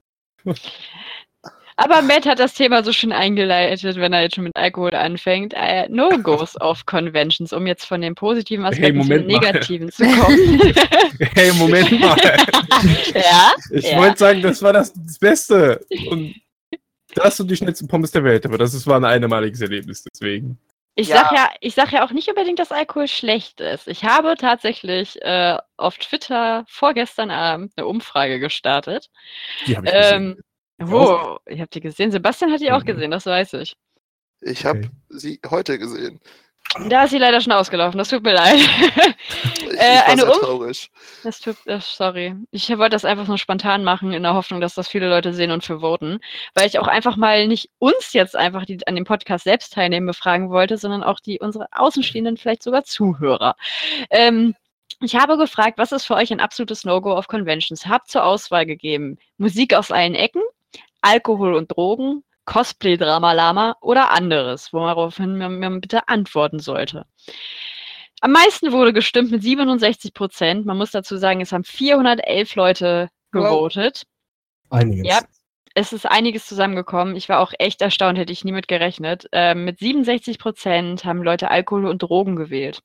[SPEAKER 1] Aber Matt hat das Thema so schön eingeleitet, wenn er jetzt schon mit Alkohol anfängt. Äh, No-Gos auf Conventions, um jetzt von den positiven Aspekten zu den
[SPEAKER 5] Moment mal.
[SPEAKER 1] negativen zu kommen.
[SPEAKER 5] Hey, Moment mal.
[SPEAKER 1] Ja?
[SPEAKER 5] Ich
[SPEAKER 1] Ja.
[SPEAKER 5] wollte sagen, das war das, das Beste. Und das und die schnellsten Pommes der Welt. Aber das ist, war ein einmaliges Erlebnis, deswegen.
[SPEAKER 1] Ich
[SPEAKER 4] Ja.
[SPEAKER 1] sag ja, ich sag ja auch nicht unbedingt, dass Alkohol schlecht ist. Ich habe tatsächlich äh, auf Twitter vorgestern Abend eine Umfrage gestartet.
[SPEAKER 5] Die habe ich
[SPEAKER 1] Ähm,
[SPEAKER 5] gesehen.
[SPEAKER 1] wo? Ich habe die gesehen. Sebastian hat die auch
[SPEAKER 5] Mhm.
[SPEAKER 1] gesehen, das weiß ich.
[SPEAKER 3] Ich habe
[SPEAKER 5] Okay.
[SPEAKER 3] sie heute gesehen.
[SPEAKER 1] Da ist sie leider schon ausgelaufen, das tut mir leid.
[SPEAKER 3] Ich, ich
[SPEAKER 1] Äh,
[SPEAKER 3] war
[SPEAKER 1] eine
[SPEAKER 3] sehr
[SPEAKER 1] Um-
[SPEAKER 3] traurig.
[SPEAKER 1] Das tut, äh, sorry. Ich wollte das einfach nur spontan machen, in der Hoffnung, dass das viele Leute sehen und für voten. Weil ich auch einfach mal nicht uns jetzt einfach, die an dem Podcast selbst teilnehmen, befragen wollte, sondern auch die unsere Außenstehenden, vielleicht sogar Zuhörer. Ähm, ich habe gefragt, was ist für euch ein absolutes No-Go auf Conventions? Habt zur Auswahl gegeben Musik aus allen Ecken, Alkohol und Drogen, Cosplay, Drama, Lama oder anderes, woraufhin man, man bitte antworten sollte. Am meisten wurde gestimmt mit siebenundsechzig Prozent. Man muss dazu sagen, es haben vierhundertelf Leute gewotet.
[SPEAKER 6] Einiges.
[SPEAKER 1] Ja, es ist einiges zusammengekommen. Ich war auch echt erstaunt, hätte ich nie mit gerechnet. Ähm, mit siebenundsechzig Prozent haben Leute Alkohol und Drogen gewählt.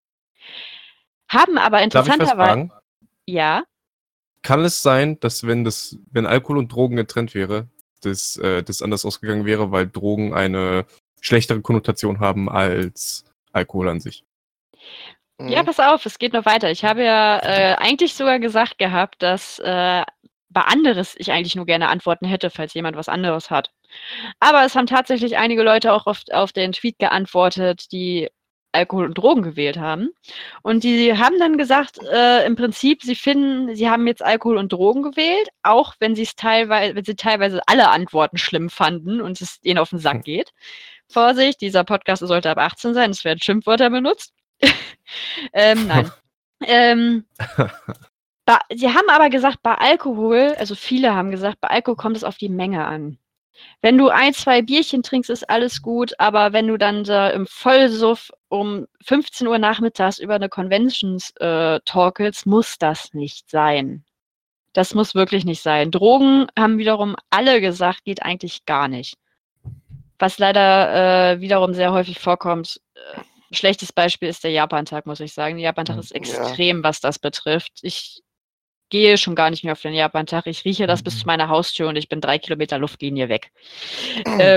[SPEAKER 1] Haben aber
[SPEAKER 5] Darf ich was
[SPEAKER 1] interessanterweise.
[SPEAKER 5] fragen?
[SPEAKER 1] Ja,
[SPEAKER 5] Kann es sein, dass wenn das, wenn Alkohol und Drogen getrennt wäre, das, äh, das anders ausgegangen wäre, weil Drogen eine schlechtere Konnotation haben als Alkohol an sich?
[SPEAKER 1] ja,
[SPEAKER 3] Mhm.
[SPEAKER 1] pass auf, es geht noch weiter. Ich habe ja äh, eigentlich sogar gesagt gehabt, dass äh, bei anderes ich eigentlich nur gerne Antworten hätte, falls jemand was anderes hat. Aber es haben tatsächlich einige Leute auch auf, auf den Tweet geantwortet, die Alkohol und Drogen gewählt haben. Und die haben dann gesagt, äh, im Prinzip, sie finden, sie haben jetzt Alkohol und Drogen gewählt, auch wenn sie es teilweise, wenn sie teilweise alle Antworten schlimm fanden und es ihnen auf den Sack geht. Vorsicht, dieser Podcast sollte ab achtzehn sein, es werden Schimpfwörter benutzt. ähm, nein. ähm, bei, sie haben aber gesagt, bei Alkohol, also viele haben gesagt, bei Alkohol kommt es auf die Menge an. Wenn du ein, zwei Bierchen trinkst, ist alles gut, aber wenn du dann da im Vollsuff um fünfzehn Uhr nachmittags über eine Convention äh, talkelst, muss das nicht sein. Das muss wirklich nicht sein. Drogen haben wiederum alle gesagt, geht eigentlich gar nicht. Was leider äh, wiederum sehr häufig vorkommt. Äh, schlechtes Beispiel ist der Japantag, muss ich sagen. Der Japantag ist extrem, was das betrifft. Ich gehe schon gar nicht mehr auf den Japantag. Ich rieche das bis zu meiner Haustür und ich bin drei Kilometer Luftlinie weg. ähm,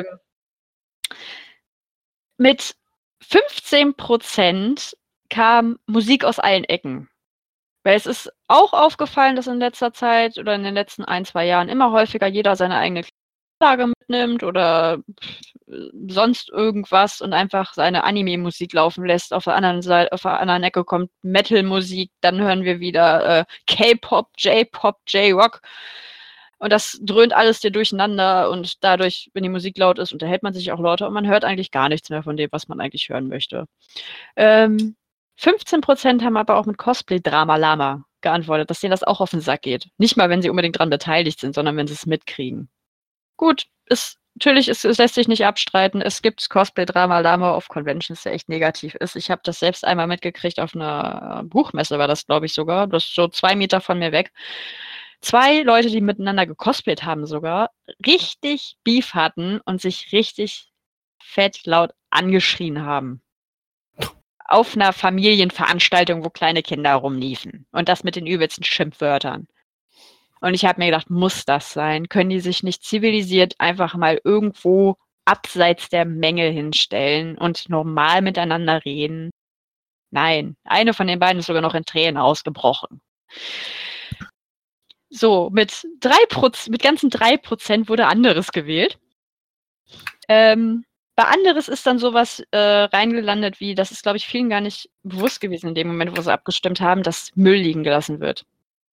[SPEAKER 1] mit fünfzehn Prozent kam Musik aus allen Ecken. Weil es ist auch aufgefallen, dass in letzter Zeit oder in den letzten ein, zwei Jahren immer häufiger jeder seine eigene Lage mitnimmt oder sonst irgendwas und einfach seine Anime-Musik laufen lässt. Auf der anderen Seite, auf der anderen Ecke kommt Metal-Musik, dann hören wir wieder äh, K-Pop, J-Pop, J-Rock. Und das dröhnt alles dir durcheinander und dadurch, wenn die Musik laut ist, unterhält man sich auch lauter und man hört eigentlich gar nichts mehr von dem, was man eigentlich hören möchte. Ähm, fünfzehn Prozent haben aber auch mit Cosplay Drama Lama geantwortet, dass denen das auch auf den Sack geht. Nicht mal, wenn sie unbedingt dran beteiligt sind, sondern wenn sie es mitkriegen. Gut, ist, natürlich, ist, es lässt sich nicht abstreiten. Es gibt Cosplay Drama Lama auf Conventions, der echt negativ ist. Ich habe das selbst einmal mitgekriegt auf einer Buchmesse, war das, glaube ich, sogar. Das ist so zwei Meter von mir weg. zwei Leute, die miteinander gecosplayt haben sogar, richtig Beef hatten und sich richtig fett laut angeschrien haben. Auf einer Familienveranstaltung, wo kleine Kinder rumliefen. Und das mit den übelsten Schimpfwörtern. Und ich habe mir gedacht, muss das sein? Können die sich nicht zivilisiert einfach mal irgendwo abseits der Menge hinstellen und normal miteinander reden? Nein, eine von den beiden ist sogar noch in Tränen ausgebrochen. So, mit drei Prozent, mit ganzen drei Prozent wurde anderes gewählt. Ähm, bei anderes ist dann sowas äh, reingelandet wie, das ist, glaube ich, vielen gar nicht bewusst gewesen in dem Moment, wo sie abgestimmt haben, dass Müll liegen gelassen wird.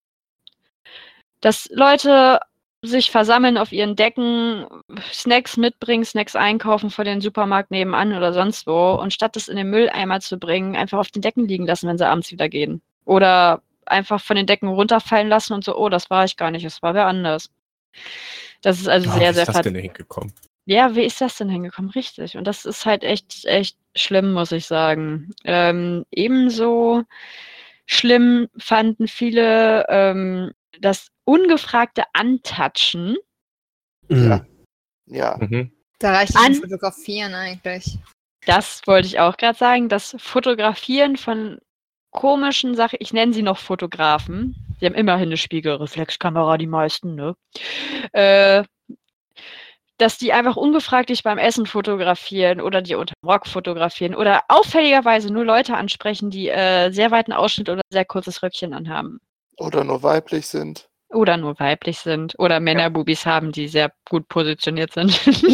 [SPEAKER 1] Dass Leute sich versammeln auf ihren Decken, Snacks mitbringen, Snacks einkaufen vor den Supermarkt nebenan oder sonst wo und statt es in den Mülleimer zu bringen, einfach auf den Decken liegen lassen, wenn sie abends wieder gehen. Oder einfach von den Decken runterfallen lassen und so, oh, das war ich gar nicht, es war wer anders. Das ist also
[SPEAKER 5] Oh,
[SPEAKER 1] sehr,
[SPEAKER 5] wie
[SPEAKER 1] sehr
[SPEAKER 5] ist das
[SPEAKER 1] ver-
[SPEAKER 5] denn hingekommen?
[SPEAKER 1] Ja, wie ist das denn hingekommen? Richtig. Und das ist halt echt, echt schlimm, muss ich sagen. Ähm, ebenso schlimm fanden viele ähm, das ungefragte Antatschen.
[SPEAKER 3] Ja. Ja.
[SPEAKER 5] Mhm.
[SPEAKER 2] Da reicht es
[SPEAKER 1] An-
[SPEAKER 2] zum Fotografieren eigentlich.
[SPEAKER 1] Das wollte ich auch gerade sagen. Das Fotografieren von komischen Sachen, ich nenne sie noch Fotografen. Die haben immerhin eine Spiegelreflexkamera, die meisten, ne? Äh, dass die einfach ungefragt dich beim Essen fotografieren oder die unterm Rock fotografieren oder auffälligerweise nur Leute ansprechen, die äh, sehr weiten Ausschnitt oder sehr kurzes Röckchen anhaben.
[SPEAKER 3] Oder nur weiblich sind.
[SPEAKER 1] Oder nur weiblich sind. Oder Männerbubis haben, die sehr gut positioniert sind.
[SPEAKER 3] Das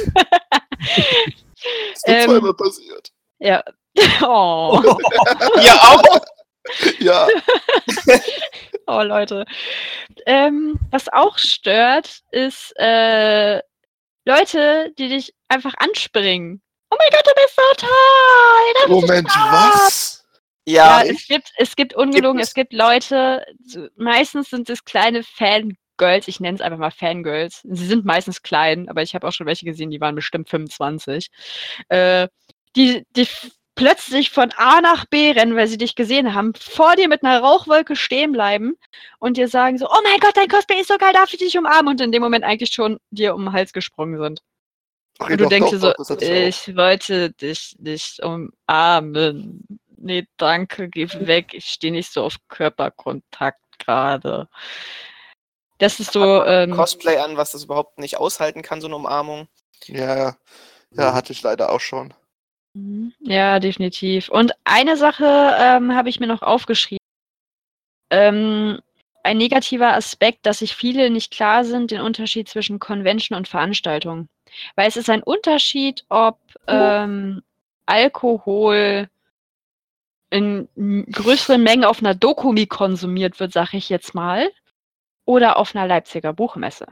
[SPEAKER 3] ist
[SPEAKER 1] Ähm,
[SPEAKER 3] zweimal passiert.
[SPEAKER 1] ja. Oh.
[SPEAKER 4] Ihr auch?
[SPEAKER 3] Ja.
[SPEAKER 1] Oh, Leute. Ähm, was auch stört, ist äh, Leute, die dich einfach anspringen. Oh mein Gott, du bist so toll! Darf ich
[SPEAKER 3] Moment,
[SPEAKER 1] dich
[SPEAKER 3] was?
[SPEAKER 1] Ja,
[SPEAKER 4] Ja,
[SPEAKER 1] es gibt, es gibt ungelogen,
[SPEAKER 4] Gibt es.
[SPEAKER 1] es gibt Leute, so- meistens sind es kleine Fangirls, ich nenne es einfach mal Fangirls. Sie sind meistens klein, aber ich habe auch schon welche gesehen, die waren bestimmt fünfundzwanzig. Äh, die, die f- plötzlich von A nach B rennen, weil sie dich gesehen haben, vor dir mit einer Rauchwolke stehen bleiben und dir sagen so, oh mein Gott, dein Cosplay ist so geil, darf ich dich umarmen? Und in dem Moment eigentlich schon dir um den Hals gesprungen sind.
[SPEAKER 3] Okay,
[SPEAKER 1] Und du
[SPEAKER 3] doch,
[SPEAKER 1] denkst
[SPEAKER 3] doch,
[SPEAKER 1] dir so,
[SPEAKER 3] doch, das hatte ich auch.
[SPEAKER 1] ich wollte dich nicht umarmen. Nee, danke, geh weg. Ich stehe nicht so auf Körperkontakt gerade. Das ist so, ähm,
[SPEAKER 4] Cosplay an, was das überhaupt nicht aushalten kann, so eine Umarmung.
[SPEAKER 3] Ja, ja. Ja, hatte ich leider auch schon.
[SPEAKER 1] mhm, ja, definitiv. Und eine Sache ähm, habe ich mir noch aufgeschrieben. Ähm, ein negativer Aspekt, dass sich viele nicht klar sind, den Unterschied zwischen Convention und Veranstaltung. Weil es ist ein Unterschied, ob ähm, Alkohol in m- größeren Mengen auf einer Dokumi konsumiert wird, sag ich jetzt mal, oder auf einer Leipziger Buchmesse,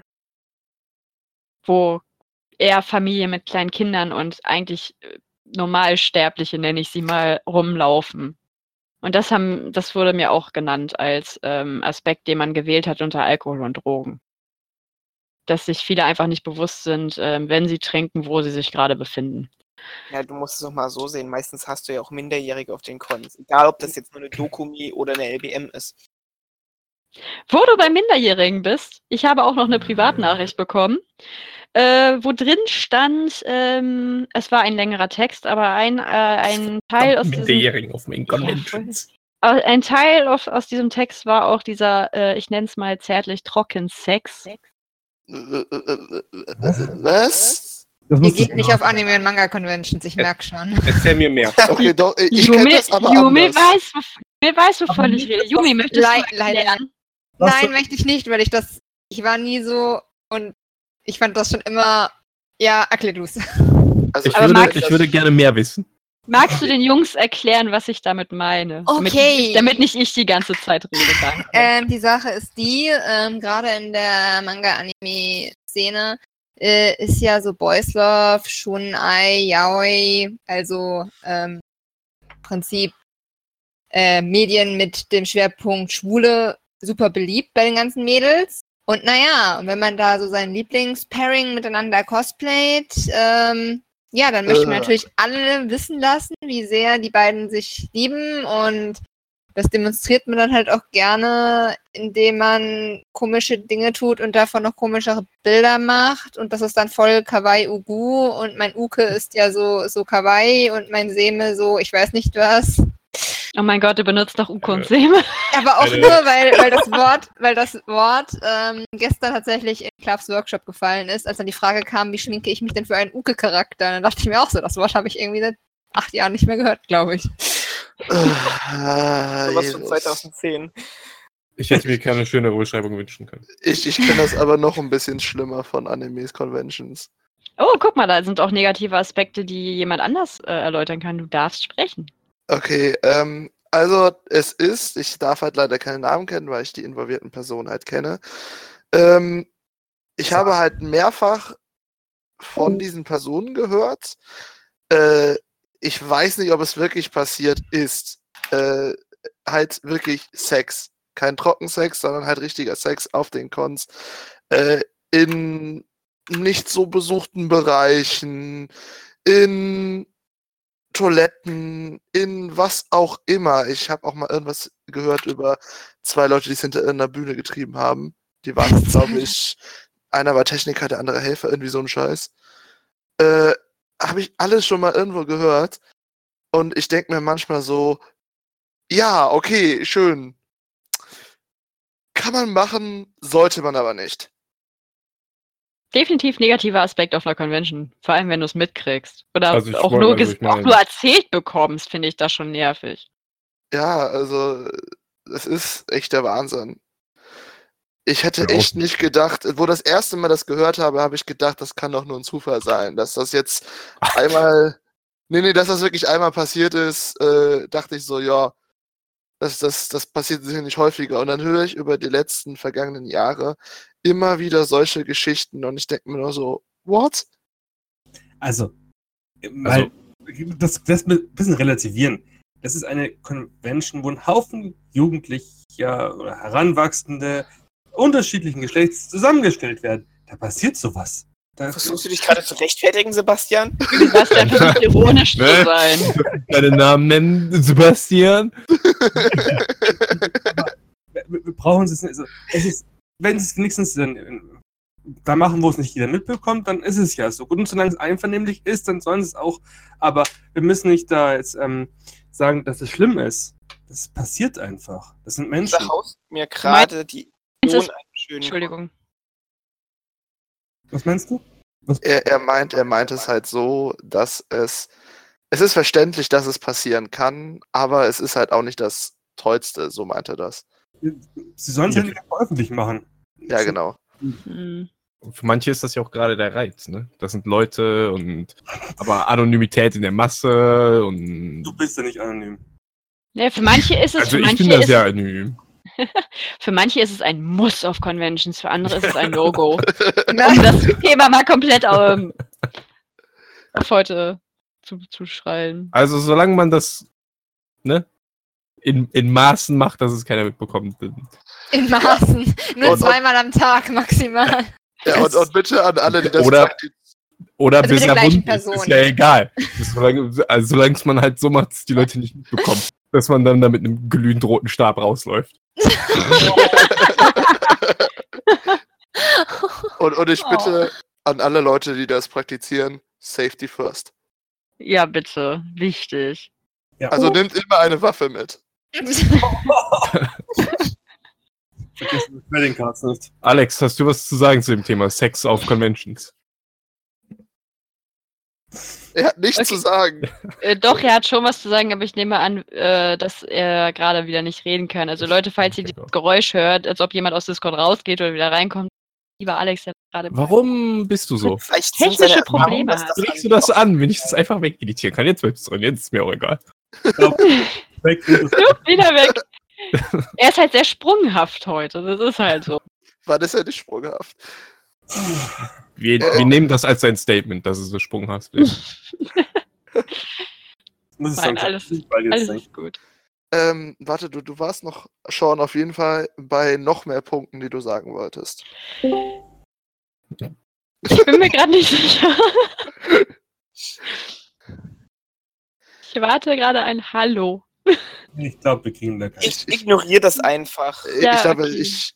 [SPEAKER 1] wo eher Familien mit kleinen Kindern und eigentlich äh, Normalsterbliche, nenne ich sie mal, rumlaufen. Und das haben, das wurde mir auch genannt als ähm, Aspekt, den man gewählt hat unter Alkohol und Drogen. Dass sich viele einfach nicht bewusst sind, ähm, wenn sie trinken, wo sie sich gerade befinden.
[SPEAKER 4] Ja, du musst es auch mal so sehen. Meistens hast du ja auch Minderjährige auf den Cons. Egal, ob das jetzt nur eine Dokumi oder eine L B M ist.
[SPEAKER 1] Wo du bei Minderjährigen bist, ich habe auch noch eine Privatnachricht bekommen, äh, wo drin stand, ähm, es war ein längerer Text, aber ein, äh, ein Teil aus diesem,
[SPEAKER 5] Minderjährigen auf Main
[SPEAKER 1] Ja,
[SPEAKER 5] Conventions.
[SPEAKER 1] au- ein Teil auf, aus diesem Text war auch dieser, äh, ich nenne es mal zärtlich Trockensex.
[SPEAKER 3] Äh, äh, äh, äh, Was?
[SPEAKER 8] Das
[SPEAKER 2] Ihr
[SPEAKER 8] musst du
[SPEAKER 2] geht nicht auf Anime- und Manga-Conventions, ich merke schon.
[SPEAKER 5] Erzähl mir mehr.
[SPEAKER 3] Okay, doch, ich, ich kenne
[SPEAKER 1] Yumi,
[SPEAKER 3] das aber
[SPEAKER 1] Yumi
[SPEAKER 3] anders.
[SPEAKER 1] weiß, wov- Yumi weiß, wovon ich rede. Yumi, möchtest
[SPEAKER 2] Lei-
[SPEAKER 1] du
[SPEAKER 2] leider.
[SPEAKER 1] erklären?
[SPEAKER 8] Was
[SPEAKER 2] Nein,
[SPEAKER 8] für-
[SPEAKER 2] möchte ich nicht, weil ich das, ich war nie so und ich fand das schon immer, ja, erklär du's.
[SPEAKER 3] Also,
[SPEAKER 5] Ich
[SPEAKER 1] Aber
[SPEAKER 5] würde,
[SPEAKER 1] Max-
[SPEAKER 5] ich würde gerne mehr wissen.
[SPEAKER 1] Magst du den Jungs erklären, was ich damit meine? Damit,
[SPEAKER 2] Okay.
[SPEAKER 1] nicht, damit nicht ich die ganze Zeit rede, danke.
[SPEAKER 2] Ähm, die Sache ist die, ähm, gerade in der Manga-Anime-Szene äh, ist ja so Boys Love, Shunai, Yaoi, also ähm, im Prinzip äh, Medien mit dem Schwerpunkt Schwule super beliebt bei den ganzen Mädels. Und naja, wenn man da so sein Lieblings-Pairing miteinander cosplayt, ähm, ja, dann möchte man
[SPEAKER 3] Äh.
[SPEAKER 2] natürlich alle wissen lassen, wie sehr die beiden sich lieben und Das demonstriert man dann halt auch gerne, indem man komische Dinge tut und davon noch komischere Bilder macht. Und das ist dann voll Kawaii Ugu. Und mein Uke ist ja so, so Kawaii und mein Seme so, ich weiß nicht was.
[SPEAKER 1] Oh mein Gott, du benutzt doch Uke und Seme.
[SPEAKER 2] Aber auch
[SPEAKER 5] Eine-
[SPEAKER 2] nur, weil, weil das Wort, weil das Wort ähm, gestern tatsächlich in Klavs Workshop gefallen ist, als dann die Frage kam, wie schminke ich mich denn für einen Uke-Charakter? Dann dachte ich mir auch so, das Wort habe ich irgendwie seit acht Jahren nicht mehr gehört, glaube ich.
[SPEAKER 3] Ah,
[SPEAKER 4] Sowas von
[SPEAKER 3] Jesus.
[SPEAKER 4] zweitausendzehn.
[SPEAKER 5] Ich hätte mir keine schönere Beschreibung wünschen können.
[SPEAKER 3] Ich, ich kenne das aber noch ein bisschen schlimmer von Animes Conventions.
[SPEAKER 1] Oh, guck mal, da sind auch negative Aspekte, die jemand anders äh, erläutern kann. Du darfst sprechen.
[SPEAKER 3] Okay, ähm, also es ist, ich darf halt leider keinen Namen kennen, weil ich die involvierten Personen halt kenne. Ähm, ich habe halt mehrfach von diesen Personen gehört. Äh, ich weiß nicht, ob es wirklich passiert ist. Äh, halt wirklich Sex. Kein Trockensex, sondern halt richtiger Sex auf den Cons. Äh, in nicht so besuchten Bereichen, in Toiletten, in was auch immer. Ich habe auch mal irgendwas gehört über zwei Leute, die es hinter irgendeiner Bühne getrieben haben. Die waren, glaube ich, einer war Techniker, der andere Helfer, irgendwie so ein Scheiß. Äh, habe ich alles schon mal irgendwo gehört. Und ich denke mir manchmal so, ja, okay, schön. Kann man machen, sollte man aber nicht.
[SPEAKER 1] Definitiv negativer Aspekt auf einer Convention. Vor allem, wenn du es mitkriegst. Oder
[SPEAKER 5] Also ich
[SPEAKER 1] auch,
[SPEAKER 5] wollte-
[SPEAKER 1] nur
[SPEAKER 5] also
[SPEAKER 1] ges-
[SPEAKER 5] ich mein-
[SPEAKER 1] auch nur erzählt bekommst, finde ich das schon nervig.
[SPEAKER 3] Ja, also es ist echt der Wahnsinn. Ich hätte
[SPEAKER 5] Ja,
[SPEAKER 3] echt nicht gedacht, wo das erste Mal das gehört habe, habe ich gedacht, das kann doch nur ein Zufall sein, dass das jetzt einmal, nee, nee, dass das wirklich einmal passiert ist, äh, dachte ich so, ja, das, das, das passiert sicher nicht häufiger. Und dann höre ich über die letzten vergangenen Jahre immer wieder solche Geschichten und ich denke mir nur so, what?
[SPEAKER 6] Also, mal, das, das ein bisschen relativieren. Das ist eine Convention, wo ein Haufen Jugendlicher oder Heranwachsende unterschiedlichen Geschlechts zusammengestellt werden. Da passiert sowas. Da,
[SPEAKER 4] Versuchst du dich gerade zu rechtfertigen, Sebastian?
[SPEAKER 1] Sebastian versucht ironisch zu
[SPEAKER 5] Ne?
[SPEAKER 1] sein.
[SPEAKER 5] Deinen Namen nennen, Sebastian.
[SPEAKER 6] wir, wir brauchen es nicht. Also, es ist, wenn es wenigstens dann, da machen, wo es nicht jeder mitbekommt, dann ist es ja so. Gut, und solange es einvernehmlich ist, dann sollen es auch. Aber wir müssen nicht da jetzt ähm, sagen, dass es schlimm ist. Das passiert einfach. Das sind Menschen.
[SPEAKER 4] Da haust mir gerade die
[SPEAKER 1] Meinst du es-
[SPEAKER 4] Ton einen schönen.
[SPEAKER 1] Entschuldigung.
[SPEAKER 6] Was meinst du? Was?
[SPEAKER 3] Er, er meint, er meint es halt so, dass es, es ist verständlich, dass es passieren kann, aber es ist halt auch nicht das Tollste, so meint er das.
[SPEAKER 6] Sie sollen es ja nicht öffentlich machen.
[SPEAKER 3] Ja, genau.
[SPEAKER 1] Hm.
[SPEAKER 5] Für manche ist das ja auch gerade der Reiz, ne? Das sind Leute und aber Anonymität in der Masse und
[SPEAKER 6] Du bist ja nicht anonym.
[SPEAKER 1] Ja, für manche ist es,
[SPEAKER 5] also
[SPEAKER 1] für
[SPEAKER 5] ich
[SPEAKER 1] manche
[SPEAKER 5] bin da
[SPEAKER 1] ist
[SPEAKER 5] sehr anonym.
[SPEAKER 1] Für manche ist es ein Muss auf Conventions, für andere ist es ein No-Go. Um
[SPEAKER 2] Na,
[SPEAKER 1] das Thema mal komplett ähm, auf heute zu, zu schreien.
[SPEAKER 5] Also solange man das ne in, in Maßen macht, dass es keiner mitbekommt.
[SPEAKER 2] in Maßen. Nur
[SPEAKER 3] Und-
[SPEAKER 2] zweimal am Tag maximal.
[SPEAKER 3] Ja, und, und bitte an alle, die das
[SPEAKER 5] Oder-
[SPEAKER 3] praktizieren.
[SPEAKER 5] Oder
[SPEAKER 2] Also mit
[SPEAKER 5] bis
[SPEAKER 2] der
[SPEAKER 5] er
[SPEAKER 2] gleichen
[SPEAKER 5] wund ist,
[SPEAKER 2] Person.
[SPEAKER 5] ist ja egal. Solange, also solange es man halt so macht, dass die Leute nicht mitbekommen. Dass man dann da mit einem glühend roten Stab rausläuft.
[SPEAKER 3] Und, und ich bitte an alle Leute, die das praktizieren, Safety first.
[SPEAKER 1] Ja, bitte. Wichtig.
[SPEAKER 3] Also nimmt immer eine Waffe mit.
[SPEAKER 6] Vergiss die Trading Cards nicht.
[SPEAKER 5] Alex, hast du was zu sagen zu dem Thema Sex auf Conventions?
[SPEAKER 3] Er hat nichts
[SPEAKER 1] Okay.
[SPEAKER 3] zu sagen.
[SPEAKER 1] Äh, doch, er hat schon was zu sagen, aber ich nehme an, äh, dass er gerade wieder nicht reden kann. Also Leute, falls ihr das Geräusch hört, als ob jemand aus Discord rausgeht oder wieder reinkommt, lieber Alex, der gerade...
[SPEAKER 5] Warum bist du so?
[SPEAKER 4] Vielleicht sind
[SPEAKER 1] Technische
[SPEAKER 4] seine Erfahrungen,
[SPEAKER 1] Probleme
[SPEAKER 4] dass
[SPEAKER 1] hat.
[SPEAKER 4] das
[SPEAKER 5] Du legst du das an, wenn ich das einfach wegeditieren kann. Jetzt bleibst du drin, jetzt ist mir auch egal.
[SPEAKER 6] Weg ist es.
[SPEAKER 1] wieder weg. Er ist halt sehr sprunghaft heute. Das ist halt so.
[SPEAKER 3] War das ja nicht sprunghaft.
[SPEAKER 5] Wir, wir nehmen das als ein Statement, dass es so sprunghaft ist.
[SPEAKER 6] Muss ich
[SPEAKER 1] Nein,
[SPEAKER 6] sagen,
[SPEAKER 1] alles-
[SPEAKER 6] weil jetzt
[SPEAKER 1] Alles
[SPEAKER 6] denke.
[SPEAKER 1] ist gut.
[SPEAKER 3] Ähm, warte, du, du warst noch, Sean, auf jeden Fall bei noch mehr Punkten, die du sagen wolltest.
[SPEAKER 1] Ich bin mir gerade nicht sicher. Ich warte gerade ein Hallo.
[SPEAKER 6] Ich glaube, wir kriegen da keinen.
[SPEAKER 4] Ich ignoriere das einfach.
[SPEAKER 3] Ich
[SPEAKER 1] Ja,
[SPEAKER 3] glaube,
[SPEAKER 1] okay.
[SPEAKER 3] ich.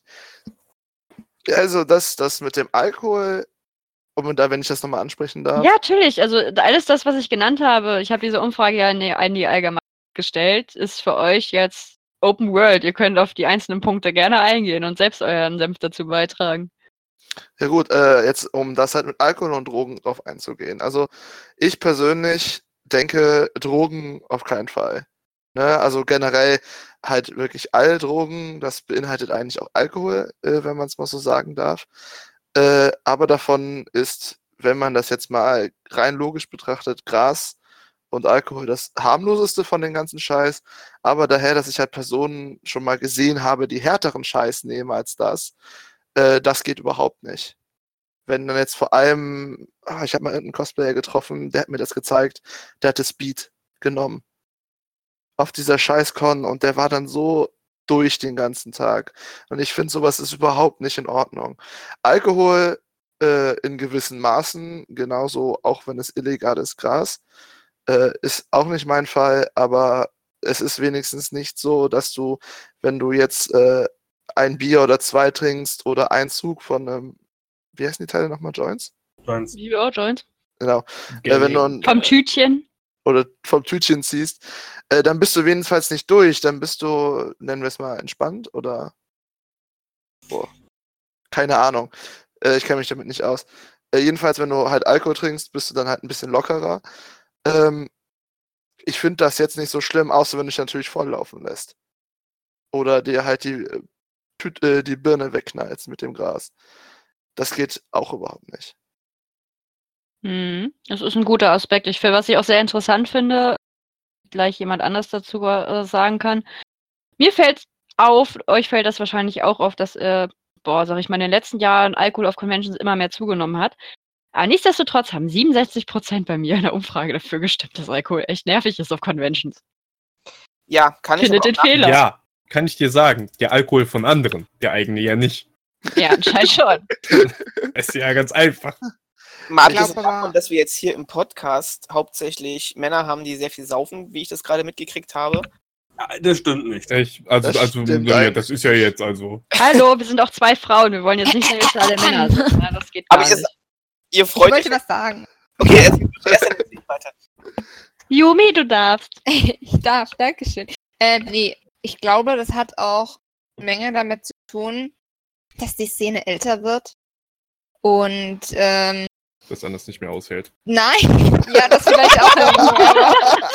[SPEAKER 3] Also, das, das mit dem Alkohol, und da, wenn ich das nochmal ansprechen darf.
[SPEAKER 1] Ja, natürlich. Also alles das, was ich genannt habe, ich habe diese Umfrage ja in die, in die Allgemeinheit gestellt, ist für euch jetzt Open World. Ihr könnt auf die einzelnen Punkte gerne eingehen und selbst euren Senf dazu beitragen.
[SPEAKER 3] Ja gut, äh, jetzt um das halt mit Alkohol und Drogen drauf einzugehen. Also ich persönlich denke, Drogen auf keinen Fall. Ne? Also generell halt wirklich alle Drogen, das beinhaltet eigentlich auch Alkohol, äh, wenn man es mal so sagen darf. Äh, aber davon ist, wenn man das jetzt mal rein logisch betrachtet, Gras und Alkohol das harmloseste von den ganzen Scheiß. Aber daher, dass ich halt Personen schon mal gesehen habe, die härteren Scheiß nehmen als das, äh, das geht überhaupt nicht. Wenn dann jetzt vor allem, ah, ich habe mal irgendeinen Cosplayer getroffen, der hat mir das gezeigt, der hatte Speed genommen. Auf dieser Scheiß-Con und der war dann so durch den ganzen Tag. Und ich finde, sowas ist überhaupt nicht in Ordnung. Alkohol äh, in gewissen Maßen, genauso auch wenn es illegal ist, Gras, äh, ist auch nicht mein Fall, aber es ist wenigstens nicht so, dass du, wenn du jetzt äh, ein Bier oder zwei trinkst oder einen Zug von einem, wie heißen die Teile nochmal, Joints?
[SPEAKER 6] Joints.
[SPEAKER 1] Wie auch Joints.
[SPEAKER 3] Genau. Äh, wenn du ein,
[SPEAKER 1] Vom Tütchen.
[SPEAKER 3] oder vom Tütchen ziehst, äh, dann bist du jedenfalls nicht durch, dann bist du, nennen wir es mal, entspannt oder boah, keine Ahnung. Äh, ich kenne mich damit nicht aus. Äh, jedenfalls, wenn du halt Alkohol trinkst, bist du dann halt ein bisschen lockerer. Ähm, ich finde das jetzt nicht so schlimm, außer wenn du dich natürlich volllaufen lässt. Oder dir halt die, äh, Tüt- äh, die Birne wegknallst mit dem Gras. Das geht auch überhaupt nicht.
[SPEAKER 1] Mhm. Das ist ein guter Aspekt. Ich, was ich auch sehr interessant finde, gleich jemand anders dazu äh, sagen kann. Mir fällt auf, euch fällt das wahrscheinlich auch auf, dass, äh, boah, sag ich mal, in den letzten Jahren Alkohol auf Conventions immer mehr zugenommen hat. Aber nichtsdestotrotz haben siebenundsechzig Prozent bei mir in der Umfrage dafür gestimmt, dass Alkohol echt nervig ist auf Conventions.
[SPEAKER 4] Ja, kann ich
[SPEAKER 1] Findet
[SPEAKER 4] aber
[SPEAKER 1] den
[SPEAKER 4] auch nach-
[SPEAKER 1] Fehler.
[SPEAKER 5] Ja, kann ich dir sagen. Der Alkohol von anderen, der eigene ja nicht.
[SPEAKER 1] Ja, anscheinend schon.
[SPEAKER 5] Ist ja ganz einfach.
[SPEAKER 4] Mal
[SPEAKER 2] Ich glaub
[SPEAKER 4] abgesehen
[SPEAKER 2] aber-
[SPEAKER 4] davon, dass wir jetzt hier im Podcast hauptsächlich Männer haben, die sehr viel saufen, wie ich das gerade mitgekriegt habe.
[SPEAKER 6] Ja, das stimmt nicht.
[SPEAKER 5] Ich, also,
[SPEAKER 3] Das
[SPEAKER 5] also
[SPEAKER 3] stimmt
[SPEAKER 5] ja,
[SPEAKER 3] eigentlich
[SPEAKER 5] das ist ja jetzt also.
[SPEAKER 1] Hallo, wir sind auch zwei Frauen. Wir wollen jetzt nicht, dass wir alle Männer sind. Ne? Das geht gar
[SPEAKER 4] Aber ich-
[SPEAKER 1] nicht.
[SPEAKER 4] Ihr
[SPEAKER 2] Ich
[SPEAKER 4] freut euch.
[SPEAKER 2] wollte was sagen.
[SPEAKER 4] Okay, erst, erst dann erzähl ich weiter.
[SPEAKER 1] Yumi, du darfst.
[SPEAKER 2] Ich darf, Dankeschön. Äh, nee, ich glaube, das hat auch eine Menge damit zu tun, dass die Szene älter wird. Und, ähm,
[SPEAKER 5] Das anders nicht mehr aushält.
[SPEAKER 2] nein, ja, das vielleicht auch irgendwo, aber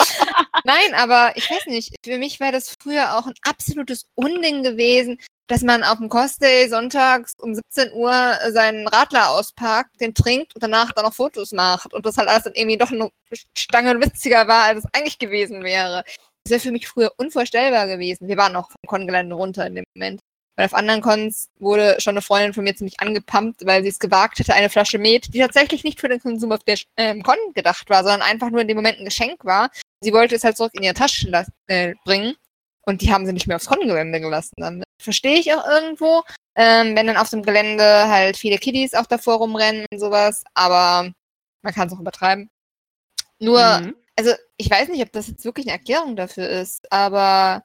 [SPEAKER 2] nein, aber ich weiß nicht, für mich war das früher auch ein absolutes Unding gewesen, dass man auf dem Cosplay sonntags um siebzehn Uhr seinen Radler auspackt, den trinkt und danach dann noch Fotos macht und das halt alles dann irgendwie doch eine Stange witziger war, als es eigentlich gewesen wäre. Das wäre für mich früher unvorstellbar gewesen. Wir waren noch vom Con-Gelände runter in dem Moment. Weil auf anderen Cons wurde schon eine Freundin von mir ziemlich angepumpt, weil sie es gewagt hätte, eine Flasche Met, die tatsächlich nicht für den Konsum auf der ähm, Con gedacht war, sondern einfach nur in dem Moment ein Geschenk war. Sie wollte es halt zurück in ihre Tasche las- äh, bringen und die haben sie nicht mehr aufs Con-Gelände gelassen. Damit verstehe ich auch irgendwo, ähm, wenn dann auf dem Gelände halt viele Kiddies auch davor rumrennen und sowas, aber man kann es auch übertreiben. Nur,
[SPEAKER 1] Mhm.
[SPEAKER 2] also ich weiß nicht, ob das jetzt wirklich eine Erklärung dafür ist, aber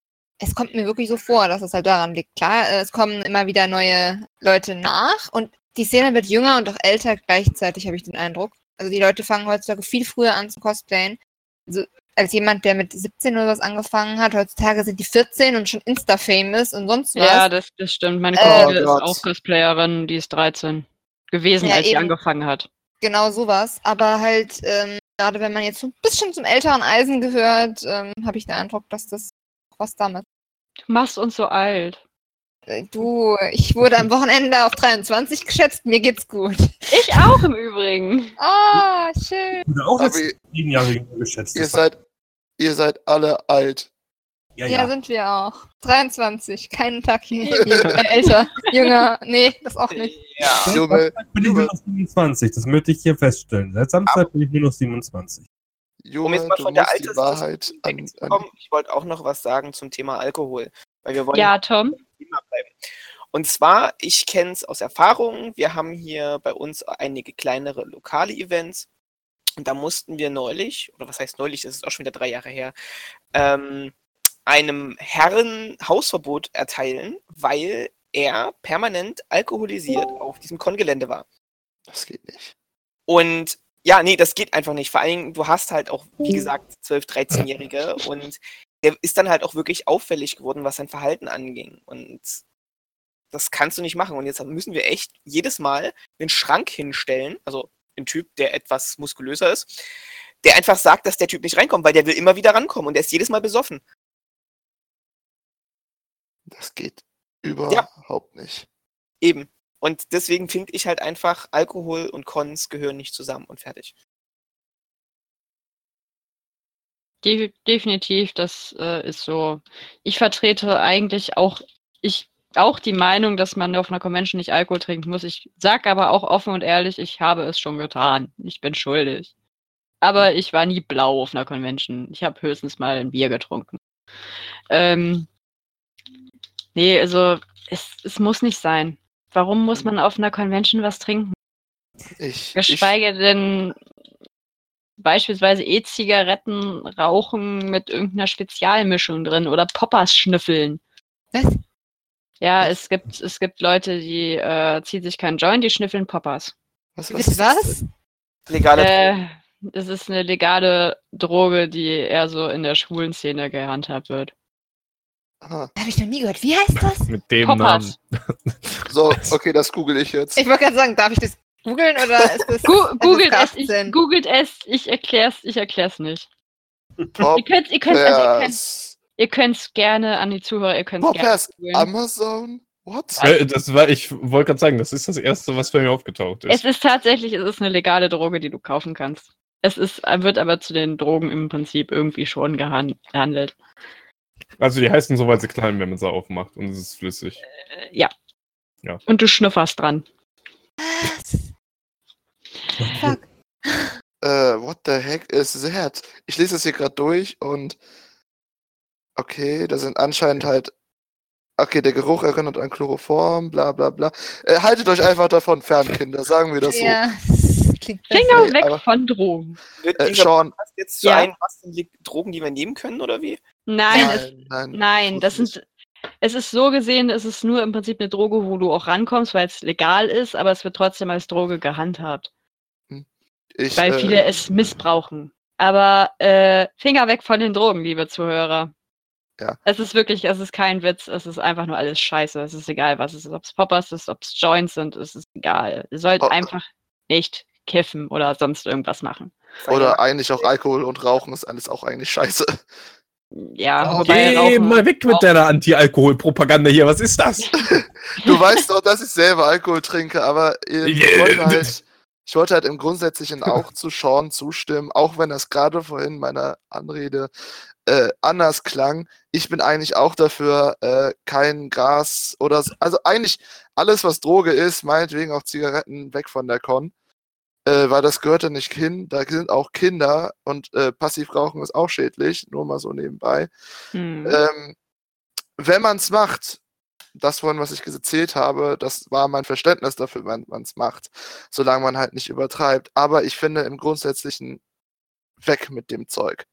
[SPEAKER 2] es kommt mir wirklich so vor, dass es halt daran liegt. Klar, äh, es kommen immer wieder neue Leute nach und die Szene wird jünger und auch älter gleichzeitig, habe ich den Eindruck. Also die Leute fangen heutzutage viel früher an zu cosplayen. Also als jemand, der mit siebzehn oder was angefangen hat, heutzutage sind die vierzehn und schon Insta-famous und sonst was.
[SPEAKER 1] Ja, das, das stimmt. Meine
[SPEAKER 2] Äh,
[SPEAKER 1] Cousine ist
[SPEAKER 3] Gott.
[SPEAKER 1] auch Cosplayerin, die ist dreizehn gewesen,
[SPEAKER 2] Ja,
[SPEAKER 1] als sie
[SPEAKER 2] eben.
[SPEAKER 1] angefangen hat.
[SPEAKER 2] Genau sowas. Aber halt, ähm, gerade wenn man jetzt so ein bisschen zum älteren Eisen gehört, ähm, habe ich den Eindruck, dass das was damit.
[SPEAKER 1] Du machst uns so alt.
[SPEAKER 2] Äh, Du, ich wurde am Wochenende auf dreiundzwanzig geschätzt, mir geht's gut.
[SPEAKER 1] Ich auch im Übrigen.
[SPEAKER 2] Ah, schön.
[SPEAKER 6] Ich wurde auch
[SPEAKER 3] Aber
[SPEAKER 6] jetzt
[SPEAKER 3] ihr,
[SPEAKER 6] sieben Jahre jünger geschätzt.
[SPEAKER 3] ihr,
[SPEAKER 6] Das war-
[SPEAKER 3] seid, ihr seid alle alt.
[SPEAKER 6] ja,
[SPEAKER 2] Ja,
[SPEAKER 6] ja.
[SPEAKER 2] sind wir auch. dreiundzwanzig, keinen Tag jünger, äh, älter, jünger, nee, das auch nicht.
[SPEAKER 4] Ja.
[SPEAKER 3] Junge,
[SPEAKER 6] Ich bin ich nur noch siebenundzwanzig, das möchte ich hier feststellen. Seit Samstag bin ich nur noch siebenundzwanzig.
[SPEAKER 4] Um
[SPEAKER 3] Junge,
[SPEAKER 4] jetzt mal
[SPEAKER 3] du
[SPEAKER 4] von der
[SPEAKER 3] musst die Wahrheit
[SPEAKER 4] Altersdiskussion
[SPEAKER 3] an, an
[SPEAKER 4] wegzukommen, ich wollte auch noch was sagen zum Thema Alkohol. Weil wir wollen
[SPEAKER 1] Ja, Tom.
[SPEAKER 4] beim Thema bleiben. Und zwar, ich kenne es aus Erfahrung, wir haben hier bei uns einige kleinere lokale Events und da mussten wir neulich, oder was heißt neulich, das ist auch schon wieder drei Jahre her, ähm, einem Herren Hausverbot erteilen, weil er permanent alkoholisiert auf diesem Con-Gelände war.
[SPEAKER 3] Das geht nicht.
[SPEAKER 4] Und ja, nee, das geht einfach nicht. Vor allen Dingen, du hast halt auch, wie gesagt, zwölf-, dreizehnjährige und der ist dann halt auch wirklich auffällig geworden, was sein Verhalten anging. Und das kannst du nicht machen. Und jetzt müssen wir echt jedes Mal einen Schrank hinstellen, also ein Typ, der etwas muskulöser ist, der einfach sagt, dass der Typ nicht reinkommt, weil der will immer wieder rankommen und der ist jedes Mal besoffen.
[SPEAKER 3] Das geht überhaupt nicht.
[SPEAKER 4] Eben. Und deswegen finde ich halt einfach, Alkohol und Cons gehören nicht zusammen und fertig.
[SPEAKER 1] De definitiv, das äh, ist so. Ich vertrete eigentlich auch, ich, auch die Meinung, dass man auf einer Convention nicht Alkohol trinken muss. Ich sage aber auch offen und ehrlich, ich habe es schon getan. Ich bin schuldig. Aber ich war nie blau auf einer Convention. Ich habe höchstens mal ein Bier getrunken. Ähm, nee, also es, es muss nicht sein. Warum muss man auf einer Convention was trinken?
[SPEAKER 3] Ich,
[SPEAKER 1] Geschweige
[SPEAKER 3] ich,
[SPEAKER 1] denn beispielsweise E-Zigaretten rauchen mit irgendeiner Spezialmischung drin oder Poppers schnüffeln.
[SPEAKER 2] Was?
[SPEAKER 1] Ja, es gibt, es gibt Leute, die äh, ziehen sich keinen Joint, die schnüffeln Poppers.
[SPEAKER 3] was,
[SPEAKER 2] Wisst ihr was?
[SPEAKER 4] Legale
[SPEAKER 1] Äh, das ist eine legale Droge, die eher so in der schwulen Szene gehandhabt wird.
[SPEAKER 3] Aha.
[SPEAKER 2] Habe ich noch nie gehört. Wie heißt das?
[SPEAKER 5] Mit dem
[SPEAKER 1] Poppers.
[SPEAKER 5] Namen.
[SPEAKER 3] So, okay, das google ich jetzt.
[SPEAKER 2] Ich wollte gerade sagen, darf ich das googeln oder ist das
[SPEAKER 1] Gu googelt
[SPEAKER 2] F S
[SPEAKER 1] es,
[SPEAKER 2] K
[SPEAKER 1] ich,
[SPEAKER 2] achtzehn?
[SPEAKER 1] googelt es, ich erklär's, ich erklär's nicht.
[SPEAKER 3] Pop
[SPEAKER 1] Ihr könnt, ihr könnt, also ihr könnt,
[SPEAKER 3] Poppers.
[SPEAKER 1] ihr könnt's gerne an die Zuhörer, ihr könnt's gerne
[SPEAKER 3] Poppers
[SPEAKER 1] googeln.
[SPEAKER 3] Amazon? What?
[SPEAKER 5] Äh, Das war, ich wollte gerade sagen, das ist das Erste, was bei mir aufgetaucht
[SPEAKER 1] Es
[SPEAKER 5] ist.
[SPEAKER 1] ist tatsächlich, es ist eine legale Droge, die du kaufen kannst. Es ist, wird aber zu den Drogen im Prinzip irgendwie schon gehan- gehandelt.
[SPEAKER 5] Also die heißen so, weil sie klein, wenn man sie aufmacht und es ist flüssig.
[SPEAKER 1] Äh, ja.
[SPEAKER 5] Ja.
[SPEAKER 1] Und du schnufferst dran.
[SPEAKER 2] Was? Fuck.
[SPEAKER 3] Äh, what the heck is that? Ich lese das hier gerade durch und okay, da sind anscheinend halt okay, der Geruch erinnert an Chloroform, bla bla bla. Äh, haltet euch einfach davon fern, Kinder, sagen wir das so.
[SPEAKER 2] Ja, das klingt
[SPEAKER 1] Finger
[SPEAKER 3] Nee,
[SPEAKER 1] weg
[SPEAKER 3] aber-
[SPEAKER 1] von Drogen.
[SPEAKER 4] Wird
[SPEAKER 3] Äh,
[SPEAKER 4] dieser
[SPEAKER 3] Sean,
[SPEAKER 4] Podcast jetzt zu
[SPEAKER 1] Ja.
[SPEAKER 4] einem, was sind die Drogen, die wir nehmen können, oder wie?
[SPEAKER 1] Nein, es,
[SPEAKER 3] nein, nein,
[SPEAKER 1] nein, das
[SPEAKER 3] tut's
[SPEAKER 1] sind, es ist so gesehen, es ist nur im Prinzip eine Droge, wo du auch rankommst, weil es legal ist, aber es wird trotzdem als Droge gehandhabt,
[SPEAKER 3] Ich,
[SPEAKER 1] weil
[SPEAKER 3] äh,
[SPEAKER 1] viele es missbrauchen. Aber äh, Finger weg von den Drogen, liebe Zuhörer.
[SPEAKER 3] Ja.
[SPEAKER 1] Es ist wirklich, es ist kein Witz, es ist einfach nur alles scheiße. Es ist egal, was es ist, ob es Poppers ist, ob es Joints sind, es ist egal. Ihr sollt
[SPEAKER 3] Oh.
[SPEAKER 1] einfach nicht kiffen oder sonst irgendwas machen.
[SPEAKER 3] Oder eigentlich auch Alkohol und Rauchen ist alles auch eigentlich scheiße.
[SPEAKER 1] Ja, wobei
[SPEAKER 5] Geh
[SPEAKER 1] Rauchen,
[SPEAKER 5] mal weg mit deiner Anti-Alkohol-Propaganda hier, was ist das?
[SPEAKER 3] Du weißt doch, dass ich selber Alkohol trinke, aber äh, ich,
[SPEAKER 5] Yeah.
[SPEAKER 3] wollte halt, ich wollte halt im Grundsätzlichen auch zu Sean zustimmen, auch wenn das gerade vorhin meiner Anrede äh, anders klang. Ich bin eigentlich auch dafür, äh, kein Gras oder s- also eigentlich alles, was Droge ist, meinetwegen auch Zigaretten, weg von der Con. Äh, weil das gehört ja nicht hin. Da sind auch Kinder und äh, Passivrauchen ist auch schädlich, nur mal so nebenbei.
[SPEAKER 1] Hm.
[SPEAKER 3] Ähm, wenn man es macht, das vorhin, was ich erzählt habe, das war mein Verständnis dafür, wenn man es macht, solange man halt nicht übertreibt. Aber ich finde im Grundsätzlichen weg mit dem Zeug.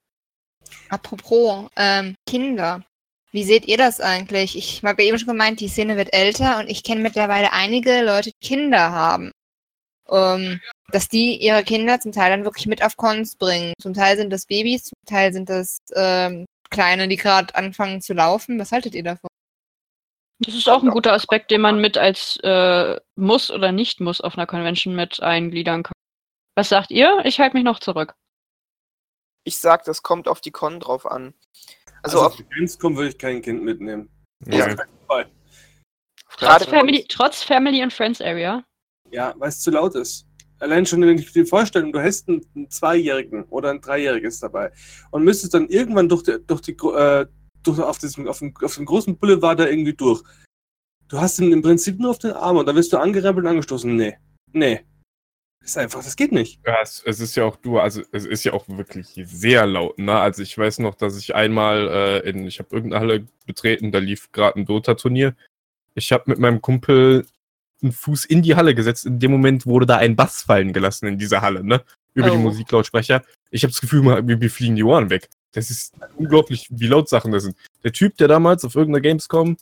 [SPEAKER 2] Apropos ähm, Kinder. Wie seht ihr das eigentlich? Ich habe ja eben schon gemeint, die Szene wird älter und ich kenne mittlerweile einige Leute, die Kinder haben. Ähm, dass die ihre Kinder zum Teil dann wirklich mit auf Cons bringen. Zum Teil sind das Babys, zum Teil sind das ähm, Kleine, die gerade anfangen zu laufen. Was haltet ihr davon?
[SPEAKER 1] Das ist auch ein guter Aspekt, den man mit als äh, muss oder nicht muss auf einer Convention mit eingliedern kann. Was sagt ihr? Ich halte mich noch zurück.
[SPEAKER 4] Ich sag, das kommt auf die Con drauf an. Also,
[SPEAKER 6] Also,
[SPEAKER 4] auf,
[SPEAKER 6] auf die Gamescom würde ich kein Kind mitnehmen.
[SPEAKER 3] Ja.
[SPEAKER 5] Nee.
[SPEAKER 4] gerade
[SPEAKER 1] Trotz Family, trotz Family und Friends Area.
[SPEAKER 6] Ja, weil es zu laut ist. Allein schon, wenn ich dir vorstelle, du hättest einen, einen Zweijährigen oder ein Dreijähriges dabei und müsstest dann irgendwann durch die, durch die äh, durch, auf, diesem, auf, dem, auf dem großen Boulevard da irgendwie durch. Du hast ihn im Prinzip nur auf den Arm und da wirst du angerempelt und angestoßen. Nee. Nee. Das ist einfach, das geht nicht.
[SPEAKER 5] Ja, es, es ist ja auch du, also es ist ja auch wirklich sehr laut, ne? Also ich weiß noch, dass ich einmal äh, in, ich habe irgendeine Halle betreten, da lief gerade ein Dota-Turnier. Ich habe mit meinem Kumpel einen Fuß in die Halle gesetzt. In dem Moment wurde da ein Bass fallen gelassen in dieser Halle, ne? Über
[SPEAKER 1] Oh.
[SPEAKER 5] die Musiklautsprecher. Ich habe das Gefühl, mir, mir fliegen die Ohren weg. Das ist unglaublich, wie laut Sachen das sind. Der Typ, der damals auf irgendeiner Gamescom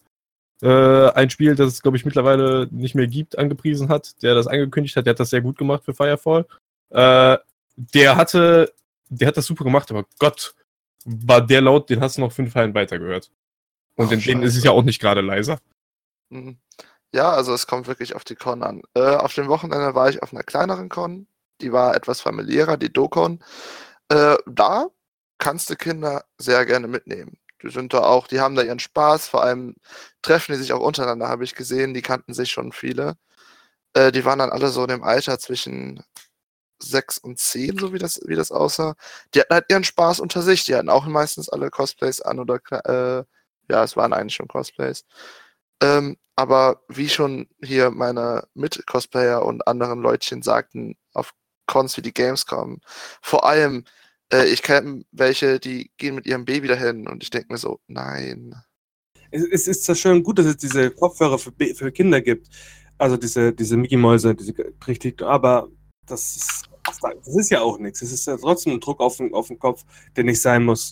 [SPEAKER 5] äh, ein Spiel, das es, glaube ich, mittlerweile nicht mehr gibt, angepriesen hat, der das angekündigt hat, der hat das sehr gut gemacht für Firefall. Äh, der hatte, der hat das super gemacht, aber Gott, war der laut, den hast du noch fünf Hallen weitergehört. Und
[SPEAKER 3] Oh,
[SPEAKER 5] in denen ist es
[SPEAKER 3] scheiße.
[SPEAKER 5] ja auch nicht gerade leiser.
[SPEAKER 3] Mhm. Ja, also es kommt wirklich auf die Con an. Äh, auf dem Wochenende war ich auf einer kleineren Con, die war etwas familiärer, die DoCon. Äh, da kannst du Kinder sehr gerne mitnehmen. Die sind da auch, die haben da ihren Spaß, vor allem treffen die sich auch untereinander, habe ich gesehen, die kannten sich schon viele. Äh, die waren dann alle so in dem Alter zwischen sechs und zehn, so wie das, wie das aussah. Die hatten halt ihren Spaß unter sich, die hatten auch meistens alle Cosplays an oder, äh, ja, es waren eigentlich schon Cosplays. Ähm, aber wie schon hier meine Mit-Cosplayer und anderen Leutchen sagten, auf Cons wie die Gamescom, vor allem, äh, ich kenne welche, die gehen mit ihrem Baby dahin und ich denke mir so, nein.
[SPEAKER 6] Es, es ist zwar schön gut, dass es diese Kopfhörer für, Be- für Kinder gibt. Also diese, diese Mickey-Mäuse, diese richtig, aber das ist, das ist ja auch nichts. Es ist ja trotzdem ein Druck auf den, auf den Kopf, der nicht sein muss.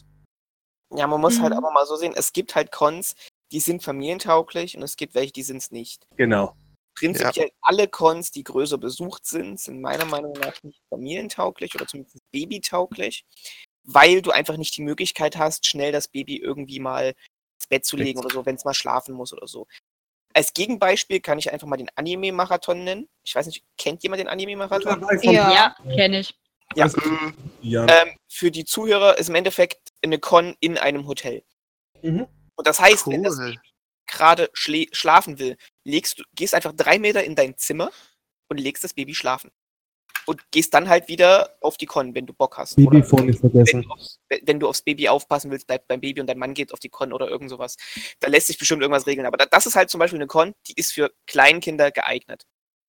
[SPEAKER 4] Ja, man muss halt
[SPEAKER 2] Mhm.
[SPEAKER 4] aber mal so sehen, es gibt halt Cons, die sind familientauglich und es gibt welche, die sind es nicht.
[SPEAKER 6] Genau.
[SPEAKER 4] Prinzipiell alle Cons, die größer besucht sind, sind meiner Meinung nach nicht familientauglich oder zumindest babytauglich, weil du einfach nicht die Möglichkeit hast, schnell das Baby irgendwie mal ins Bett zu legen oder so, wenn es mal schlafen muss oder so. Als Gegenbeispiel kann ich einfach mal den Anime-Marathon nennen. Ich weiß nicht, kennt jemand den Anime-Marathon?
[SPEAKER 2] Ja.
[SPEAKER 1] Ja, kenne ich.
[SPEAKER 4] Ja.
[SPEAKER 3] Äh,
[SPEAKER 6] Ja.
[SPEAKER 4] Ähm, für die Zuhörer ist im Endeffekt eine Con in einem Hotel.
[SPEAKER 6] Mhm.
[SPEAKER 4] Und das heißt, wenn das
[SPEAKER 3] cool.
[SPEAKER 4] Baby gerade schla- schlafen will, legst du, gehst einfach drei Meter in dein Zimmer und legst das Baby schlafen. Und gehst dann halt wieder auf die Con, wenn du Bock hast. Oder
[SPEAKER 6] Babyphone nicht
[SPEAKER 4] wenn
[SPEAKER 6] vergessen.
[SPEAKER 4] du, aufs, wenn du aufs Baby aufpassen willst, bleib beim Baby und dein Mann geht auf die Con oder irgend sowas. Da lässt sich bestimmt irgendwas regeln. Aber da, das ist halt zum Beispiel eine Con, die ist für Kleinkinder geeignet.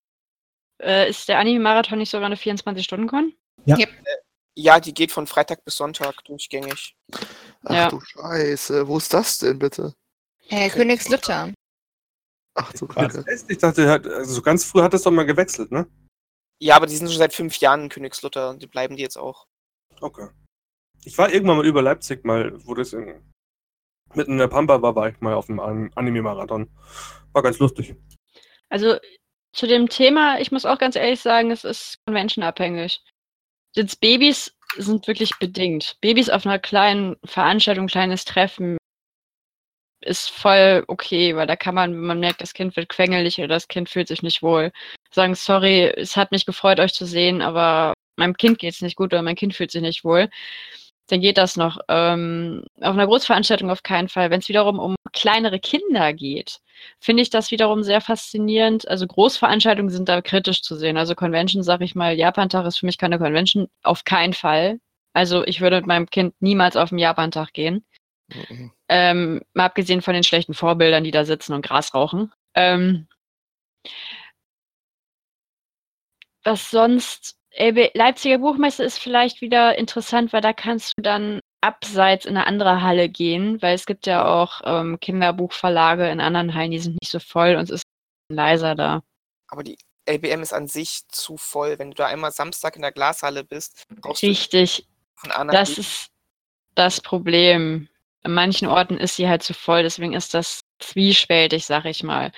[SPEAKER 1] Äh, ist der Anime-Marathon nicht sogar eine vierundzwanzig-Stunden-Con?
[SPEAKER 4] Ja, die geht von Freitag bis Sonntag durchgängig.
[SPEAKER 3] Ach
[SPEAKER 1] Ja.
[SPEAKER 3] du Scheiße, wo ist das denn bitte?
[SPEAKER 2] Äh, Königslutter.
[SPEAKER 3] Ach du
[SPEAKER 6] Was?
[SPEAKER 3] Kacke.
[SPEAKER 6] Echt? Ich dachte, er hat- also so ganz früh hat es doch mal gewechselt, ne?
[SPEAKER 4] Ja, aber die sind schon seit fünf Jahren in Königslutter und die bleiben die jetzt auch.
[SPEAKER 6] Okay. Ich war irgendwann mal über Leipzig, mal, wo das in, mitten in der Pampa war, war ich mal auf einem An- Anime-Marathon. War ganz lustig.
[SPEAKER 1] Also zu dem Thema, ich muss auch ganz ehrlich sagen, es ist convention-abhängig. Jetzt Babys sind wirklich bedingt. Babys auf einer kleinen Veranstaltung, kleines Treffen ist voll okay, weil da kann man, wenn man merkt, das Kind wird quengelig oder das Kind fühlt sich nicht wohl, sagen, sorry, es hat mich gefreut, euch zu sehen, aber meinem Kind geht es nicht gut oder mein Kind fühlt sich nicht wohl. Dann geht das noch. Ähm, auf einer Großveranstaltung auf keinen Fall. Wenn es wiederum um kleinere Kinder geht, finde ich das wiederum sehr faszinierend. Also Großveranstaltungen sind da kritisch zu sehen. Also Convention, sage ich mal, Japantag ist für mich keine Convention, auf keinen Fall. Also ich würde mit meinem Kind niemals auf den Japantag gehen.
[SPEAKER 3] Mhm.
[SPEAKER 1] Ähm, mal abgesehen von den schlechten Vorbildern, die da sitzen und Gras rauchen. Ähm, was sonst, äh, Be- Leipziger Buchmesse ist vielleicht wieder interessant, weil da kannst du dann abseits in eine andere Halle gehen, weil es gibt ja auch ähm, Kinderbuchverlage in anderen Hallen, die sind nicht so voll und es ist leiser da.
[SPEAKER 4] Aber die L B M ist an sich zu voll. Wenn du da einmal Samstag in der Glashalle bist, brauchst du
[SPEAKER 1] Richtig,
[SPEAKER 4] von A nach
[SPEAKER 1] das
[SPEAKER 4] B.
[SPEAKER 1] ist das Problem. An manchen Orten ist sie halt zu voll, deswegen ist das zwiespältig, sag ich mal.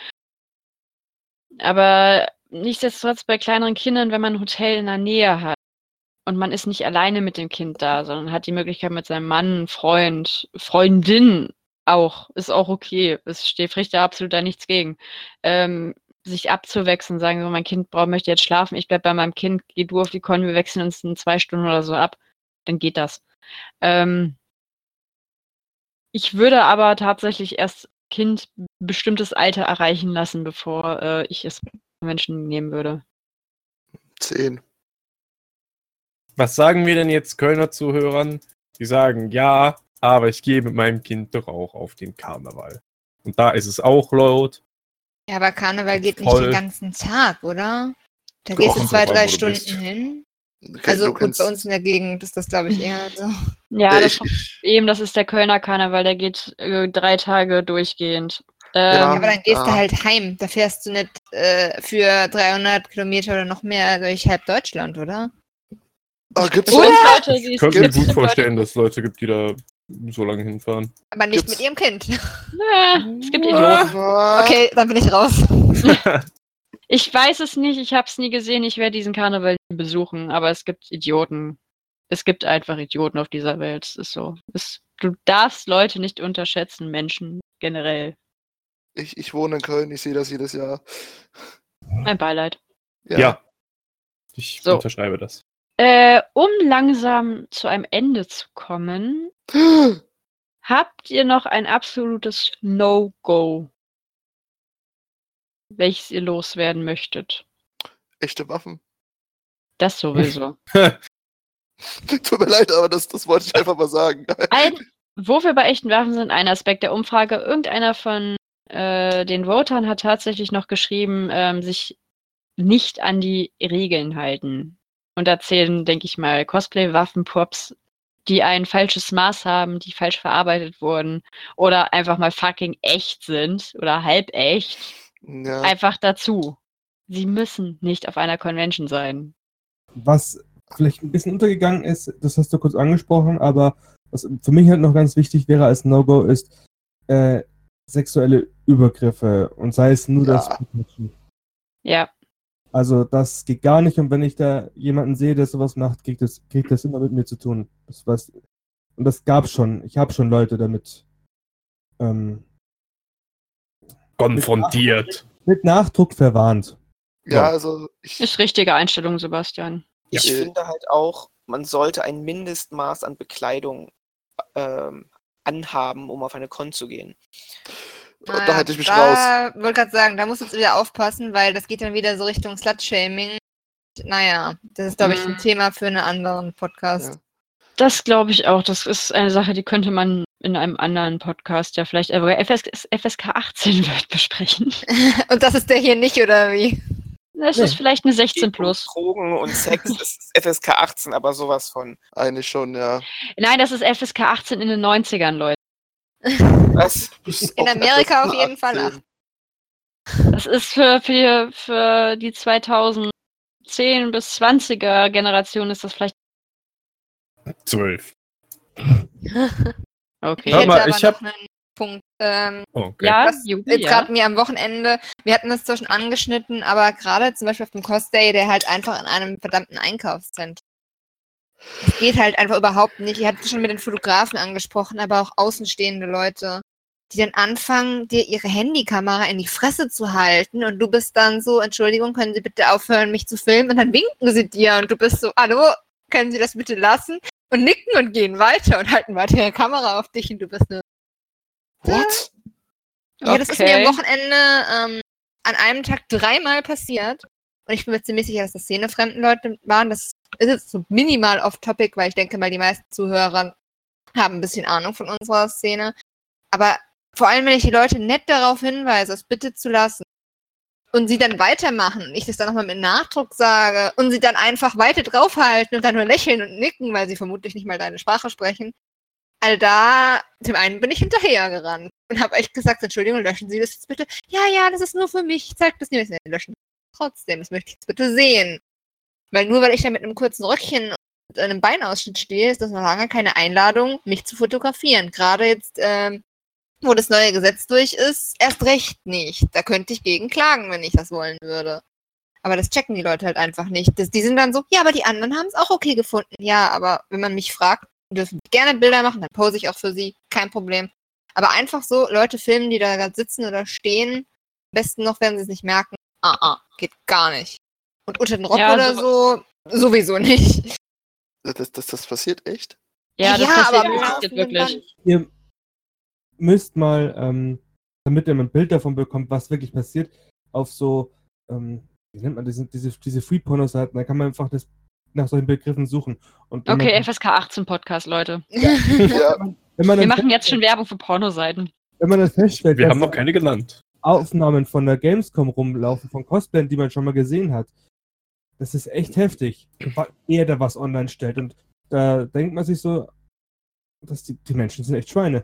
[SPEAKER 1] Aber nichtsdestotrotz bei kleineren Kindern, wenn man ein Hotel in der Nähe hat und man ist nicht alleine mit dem Kind da, sondern hat die Möglichkeit mit seinem Mann, Freund, Freundin auch, ist auch okay. Es steht, spricht da absolut da nichts gegen. Ähm, sich abzuwechseln, sagen so, mein Kind braucht, möchte jetzt schlafen, ich bleib bei meinem Kind, geh du auf die Con, wir wechseln uns in zwei Stunden oder so ab, dann geht das. Ähm, ich würde aber tatsächlich erst Kind ein bestimmtes Alter erreichen lassen, bevor äh, ich es Menschen nehmen würde.
[SPEAKER 3] Zehn.
[SPEAKER 5] Was sagen wir denn jetzt Kölner Zuhörern? Die sagen, ja, aber ich gehe mit meinem Kind doch auch auf den Karneval. Und da ist es auch laut.
[SPEAKER 2] Ja, aber Karneval geht nicht
[SPEAKER 5] Voll.
[SPEAKER 2] den ganzen Tag, oder? Da
[SPEAKER 3] Doch,
[SPEAKER 2] gehst du
[SPEAKER 5] kommt
[SPEAKER 2] zwei,
[SPEAKER 5] drauf an,
[SPEAKER 2] drei
[SPEAKER 5] wo du
[SPEAKER 2] Stunden
[SPEAKER 5] bist.
[SPEAKER 2] hin.
[SPEAKER 3] Du kenn-
[SPEAKER 2] Also
[SPEAKER 3] du
[SPEAKER 2] gut,
[SPEAKER 3] kennst-
[SPEAKER 2] bei uns in der Gegend ist das, glaube ich, eher so.
[SPEAKER 1] Ja,
[SPEAKER 3] Äh,
[SPEAKER 1] das
[SPEAKER 3] ich-
[SPEAKER 1] Problem, das ist der Kölner Karneval, der geht äh, drei Tage durchgehend.
[SPEAKER 3] Ja,
[SPEAKER 1] Ähm,
[SPEAKER 2] Ja, aber dann gehst du
[SPEAKER 3] ja.
[SPEAKER 2] halt heim. Da fährst du nicht äh, für dreihundert Kilometer oder noch mehr durch halb Deutschland, oder?
[SPEAKER 3] Oh, gibt's
[SPEAKER 1] Und
[SPEAKER 3] was?
[SPEAKER 1] Leute, die
[SPEAKER 5] Ich könnte mir
[SPEAKER 1] gibt's
[SPEAKER 5] gut
[SPEAKER 1] Leute-
[SPEAKER 5] vorstellen, dass es Leute gibt, die da so lange hinfahren.
[SPEAKER 2] Aber nicht
[SPEAKER 3] Gibt's-
[SPEAKER 2] mit ihrem Kind.
[SPEAKER 1] Ja, es gibt Idioten.
[SPEAKER 3] Ah,
[SPEAKER 2] Okay, dann bin ich raus.
[SPEAKER 1] Ich weiß es nicht, ich habe es nie gesehen, ich werde diesen Karneval nie besuchen, aber es gibt Idioten. Es gibt einfach Idioten auf dieser Welt. Es ist so. Es, du darfst Leute nicht unterschätzen, Menschen generell.
[SPEAKER 3] Ich, ich wohne in Köln, ich sehe das jedes Jahr.
[SPEAKER 1] Mein Beileid.
[SPEAKER 5] Ja. Ich
[SPEAKER 1] So.
[SPEAKER 5] unterschreibe das.
[SPEAKER 1] Äh, um langsam zu einem Ende zu kommen, habt ihr noch ein absolutes No-Go, welches ihr loswerden möchtet?
[SPEAKER 3] Echte Waffen.
[SPEAKER 1] Das sowieso.
[SPEAKER 3] Tut mir leid, aber das, das wollte ich einfach mal sagen.
[SPEAKER 1] Ein, wo wir bei echten Waffen sind, ein Aspekt der Umfrage. Irgendeiner von äh, den Votern hat tatsächlich noch geschrieben, ähm, sich nicht an die Regeln halten. Und da zählen, denke ich mal, Cosplay-Waffen, Props, die ein falsches Maß haben, die falsch verarbeitet wurden oder einfach mal fucking echt sind oder halb echt.
[SPEAKER 3] Ja.
[SPEAKER 1] Einfach dazu. Sie müssen nicht auf einer Convention sein.
[SPEAKER 6] Was vielleicht ein bisschen untergegangen ist, das hast du kurz angesprochen, aber was für mich halt noch ganz wichtig wäre als No-Go ist äh, sexuelle Übergriffe und sei es nur
[SPEAKER 3] Ja.
[SPEAKER 6] das.
[SPEAKER 1] Ja.
[SPEAKER 6] Also das geht gar nicht und wenn ich da jemanden sehe, der sowas macht, kriegt das, kriegt das immer mit mir zu tun. Das was, und das gab schon. Ich habe schon Leute damit ähm,
[SPEAKER 5] Konfrontiert.
[SPEAKER 6] mit Nachdruck verwarnt.
[SPEAKER 3] Ja, also ich,
[SPEAKER 1] Ist richtige Einstellung, Sebastian.
[SPEAKER 4] Ich
[SPEAKER 3] Ja.
[SPEAKER 4] finde halt auch, man sollte ein Mindestmaß an Bekleidung ähm, anhaben, um auf eine Con zu gehen.
[SPEAKER 3] da halte ich mich raus.
[SPEAKER 2] da wollte gerade sagen, da musst du jetzt wieder aufpassen, weil das geht dann wieder so Richtung Slut-Shaming. Naja, das ist, glaube ich, ein
[SPEAKER 1] Mhm.
[SPEAKER 2] Thema für einen anderen Podcast.
[SPEAKER 3] Ja.
[SPEAKER 1] Das glaube ich auch. Das ist eine Sache, die könnte man in einem anderen Podcast ja vielleicht, aber F S F S K achtzehn wird besprechen.
[SPEAKER 2] Und das ist der hier nicht, oder wie?
[SPEAKER 1] Das
[SPEAKER 6] Nee.
[SPEAKER 1] ist vielleicht eine sechzehn
[SPEAKER 4] Geht um
[SPEAKER 1] plus.
[SPEAKER 4] Drogen und Sex, das ist F S K achtzehn, aber sowas von.
[SPEAKER 3] Eigentlich schon, ja.
[SPEAKER 1] Nein, das ist F S K achtzehn in den neunzigern, Leute.
[SPEAKER 4] Was?
[SPEAKER 2] In Amerika auf jeden Fall
[SPEAKER 3] achtzehn.
[SPEAKER 1] Das ist für, für, die, für die zweitausendzehn bis zwanziger Generation ist das vielleicht.
[SPEAKER 5] Zwölf.
[SPEAKER 1] Okay.
[SPEAKER 2] Ich
[SPEAKER 5] Hör
[SPEAKER 2] hätte
[SPEAKER 5] mal,
[SPEAKER 2] aber
[SPEAKER 5] ich
[SPEAKER 2] noch
[SPEAKER 5] hab-
[SPEAKER 2] einen Punkt. Ähm,
[SPEAKER 5] Okay.
[SPEAKER 1] Ja,
[SPEAKER 2] was
[SPEAKER 1] Jubi,
[SPEAKER 2] jetzt
[SPEAKER 1] ja.
[SPEAKER 2] gerade mir am Wochenende, wir hatten das zwar schon angeschnitten, aber gerade zum Beispiel auf dem Cost Day, der halt einfach in einem verdammten Einkaufszentrum. Es geht halt einfach überhaupt nicht. Ihr hattet schon mit den Fotografen angesprochen, aber auch außenstehende Leute, die dann anfangen, dir ihre Handykamera in die Fresse zu halten und du bist dann so, Entschuldigung, können Sie bitte aufhören, mich zu filmen? Und dann winken sie dir und du bist so, hallo, können Sie das bitte lassen? Und nicken und gehen weiter und halten weiter ihre Kamera auf dich und du bist nur
[SPEAKER 3] What?
[SPEAKER 2] Ja, das ist mir am
[SPEAKER 1] Okay.
[SPEAKER 2] Wochenende ähm, an einem Tag dreimal passiert. Und ich bin mir ziemlich sicher, dass das szenefremden Leute waren. Das ist jetzt so minimal off-topic, weil ich denke mal, die meisten Zuhörer haben ein bisschen Ahnung von unserer Szene. Aber vor allem, wenn ich die Leute nett darauf hinweise, es bitte zu lassen und sie dann weitermachen und ich das dann nochmal mit Nachdruck sage und sie dann einfach weiter draufhalten und dann nur lächeln und nicken, weil sie vermutlich nicht mal deine Sprache sprechen. Also da, dem einen bin ich hinterhergerannt und habe echt gesagt, Entschuldigung, löschen Sie das jetzt bitte. Ja, ja, das ist nur für mich. Ich zeig das nicht. Löschen. Trotzdem, das möchte ich jetzt bitte sehen. Weil nur weil ich da mit einem kurzen Röckchen und einem Beinausschnitt stehe, ist das noch lange keine Einladung, mich zu fotografieren. Gerade jetzt, ähm, wo das neue Gesetz durch ist, erst recht nicht. Da könnte ich gegen klagen, wenn ich das wollen würde. Aber das checken die Leute halt einfach nicht. Das, die sind dann so, ja, aber die anderen haben es auch okay gefunden. Ja, aber wenn man mich fragt, dürfen gerne Bilder machen, dann pose ich auch für sie, kein Problem. Aber einfach so Leute filmen, die da gerade sitzen oder stehen, am besten noch, werden sie es nicht merken. Ah, ah, geht gar nicht. Und unter den Rock
[SPEAKER 1] Ja,
[SPEAKER 2] oder so, sowieso nicht.
[SPEAKER 3] Das, das, das passiert echt?
[SPEAKER 1] Ja, das
[SPEAKER 2] Ja,
[SPEAKER 1] passiert,
[SPEAKER 2] aber am
[SPEAKER 1] passiert
[SPEAKER 2] laufenden
[SPEAKER 1] wirklich.
[SPEAKER 2] Band.
[SPEAKER 6] Ihr müsst mal, ähm, damit ihr mal ein Bild davon bekommt, was wirklich passiert, auf so, ähm, wie nennt man das, diese, diese Free-Porno-Seiten, da kann man einfach das nach solchen Begriffen suchen. Und wenn
[SPEAKER 1] Okay,
[SPEAKER 6] man,
[SPEAKER 1] F S K achtzehn Podcast, Leute.
[SPEAKER 3] Ja.
[SPEAKER 6] wenn man
[SPEAKER 1] Wir
[SPEAKER 6] dann
[SPEAKER 1] machen jetzt schon Werbung für Pornoseiten.
[SPEAKER 6] wenn man dann feststellt,
[SPEAKER 5] Wir
[SPEAKER 6] dass
[SPEAKER 5] haben noch keine genannt.
[SPEAKER 6] Aufnahmen von der Gamescom rumlaufen, von Cosplayern, die man schon mal gesehen hat, das ist echt heftig, ehe da was online stellt. Und da denkt man sich so, dass die, die Menschen sind echt Schweine.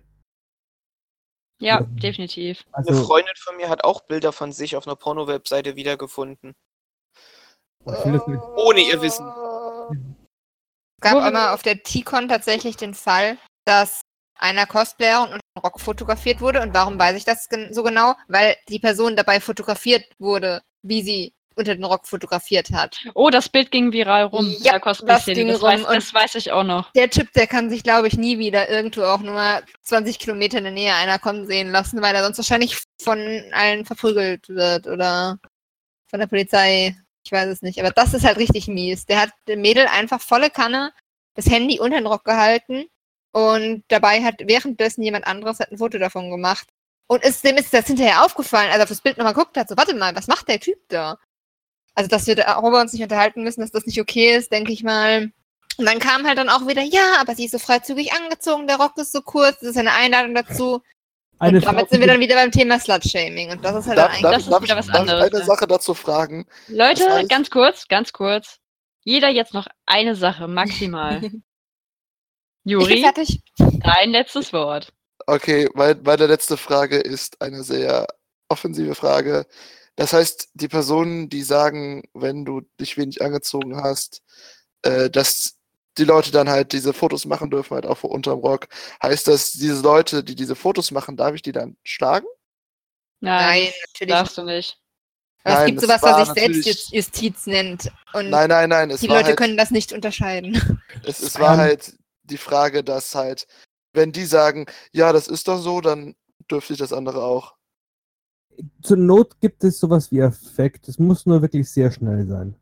[SPEAKER 1] Ja,
[SPEAKER 6] Ja.
[SPEAKER 1] definitiv.
[SPEAKER 4] Eine
[SPEAKER 6] Also,
[SPEAKER 4] Freundin von mir hat auch Bilder von sich auf einer Porno-Webseite wiedergefunden.
[SPEAKER 6] ich will das nicht.
[SPEAKER 4] Ohne ihr Wissen.
[SPEAKER 2] Es gab
[SPEAKER 1] Wo wir-
[SPEAKER 2] einmal auf der T-Con tatsächlich den Fall, dass einer Cosplayerin unter den Rock fotografiert wurde. Und warum weiß ich das gen- so genau? Weil die Person dabei fotografiert wurde, wie sie unter den Rock fotografiert hat.
[SPEAKER 1] Oh, das Bild ging viral rum.
[SPEAKER 2] Ja,
[SPEAKER 1] der Cosplay-Szene.
[SPEAKER 2] das ging
[SPEAKER 1] Das,
[SPEAKER 2] rum
[SPEAKER 1] weiß,
[SPEAKER 2] und-
[SPEAKER 1] das weiß ich auch noch.
[SPEAKER 2] Der Typ, der kann sich, glaube ich, nie wieder irgendwo auch nur zwanzig Kilometer in der Nähe einer Con sehen lassen, weil er sonst wahrscheinlich von allen verprügelt wird oder von der Polizei. Ich weiß es nicht. Aber das ist halt richtig mies. Der hat dem Mädel einfach volle Kanne das Handy unter den Rock gehalten und dabei hat währenddessen jemand anderes hat ein Foto davon gemacht. Und ist, dem ist das hinterher aufgefallen, als er auf das Bild nochmal geguckt hat, so, warte mal, was macht der Typ da? Also, dass wir darüber uns nicht unterhalten müssen, dass das nicht okay ist, denke ich mal. Und dann kam halt dann auch wieder, ja, aber sie ist so freizügig angezogen, der Rock ist so kurz, das ist eine Einladung dazu.
[SPEAKER 8] Eine
[SPEAKER 2] und damit
[SPEAKER 8] Frau-
[SPEAKER 2] sind wir dann wieder beim Thema Slut-Shaming. Und das ist halt
[SPEAKER 3] Darf,
[SPEAKER 2] dann
[SPEAKER 3] darf,
[SPEAKER 2] eigentlich...
[SPEAKER 1] ist
[SPEAKER 3] darf,
[SPEAKER 1] wieder
[SPEAKER 3] ich,
[SPEAKER 1] was
[SPEAKER 3] darf ich
[SPEAKER 1] anderes,
[SPEAKER 3] eine
[SPEAKER 1] ja.
[SPEAKER 3] Sache dazu fragen?
[SPEAKER 1] Leute,
[SPEAKER 3] Das heißt-
[SPEAKER 1] ganz kurz, ganz kurz. Jeder jetzt noch eine Sache, maximal.
[SPEAKER 2] Ich bin
[SPEAKER 1] Juri,
[SPEAKER 2] fertig.
[SPEAKER 1] dein letztes Wort.
[SPEAKER 3] Okay, mein, meine letzte Frage ist eine sehr offensive Frage. Das heißt, die Personen, die sagen, wenn du dich wenig angezogen hast, äh, dass die Leute dann halt diese Fotos machen dürfen, halt auch unterm Rock, heißt das, diese Leute, die diese Fotos machen, darf ich die dann schlagen?
[SPEAKER 1] Nein,
[SPEAKER 2] Nein,
[SPEAKER 1] das
[SPEAKER 2] natürlich.
[SPEAKER 1] darfst du nicht.
[SPEAKER 2] Aber es
[SPEAKER 3] Nein,
[SPEAKER 2] gibt
[SPEAKER 3] das
[SPEAKER 2] sowas,
[SPEAKER 3] war
[SPEAKER 2] was sich
[SPEAKER 3] natürlich-
[SPEAKER 2] Selbstjustiz nennt. Und
[SPEAKER 3] Nein, nein, nein, es
[SPEAKER 2] die
[SPEAKER 3] war
[SPEAKER 2] Leute
[SPEAKER 3] halt,
[SPEAKER 2] können das nicht unterscheiden.
[SPEAKER 3] es, es war
[SPEAKER 8] Ähm,
[SPEAKER 3] halt die Frage, dass halt, wenn die sagen, ja, das ist doch so, dann dürfte ich das andere auch.
[SPEAKER 8] Zur Not gibt es sowas wie Effekt. Es muss nur wirklich sehr schnell sein.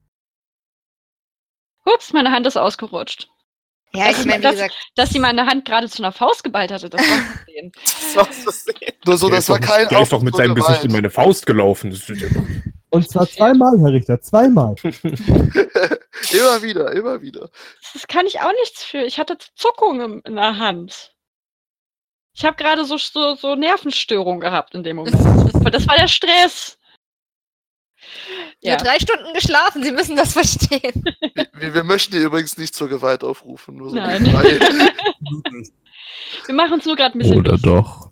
[SPEAKER 1] Ups, meine Hand ist ausgerutscht.
[SPEAKER 2] Ja,
[SPEAKER 1] Das
[SPEAKER 2] ich meine, wie
[SPEAKER 1] das-
[SPEAKER 2] gesagt,
[SPEAKER 1] Dass sie meine Hand gerade zu einer Faust geballt hatte, das war zu sehen.
[SPEAKER 4] Das war zu sehen.
[SPEAKER 3] Nur so,
[SPEAKER 5] der
[SPEAKER 3] das
[SPEAKER 5] ist
[SPEAKER 3] war
[SPEAKER 5] doch,
[SPEAKER 3] kein
[SPEAKER 5] der ist doch mit
[SPEAKER 3] Aufruf zur
[SPEAKER 5] seinem Gesicht in
[SPEAKER 3] Gewalt.
[SPEAKER 5] meine Faust gelaufen. Das ist,
[SPEAKER 8] Und zwar zweimal, Herr Richter, zweimal.
[SPEAKER 3] Immer wieder, immer wieder.
[SPEAKER 1] Das kann ich auch nichts für. Ich hatte Zuckungen in der Hand. Ich habe gerade so, so, so Nervenstörungen gehabt in dem Moment. Das war, das war der Stress.
[SPEAKER 2] nur drei Stunden geschlafen, Sie müssen das verstehen.
[SPEAKER 3] Wir, wir möchten hier übrigens nicht zur Gewalt aufrufen. Nur so
[SPEAKER 1] Nein.
[SPEAKER 3] nebenbei.
[SPEAKER 1] Wir machen uns nur gerade ein bisschen.
[SPEAKER 5] oder doch.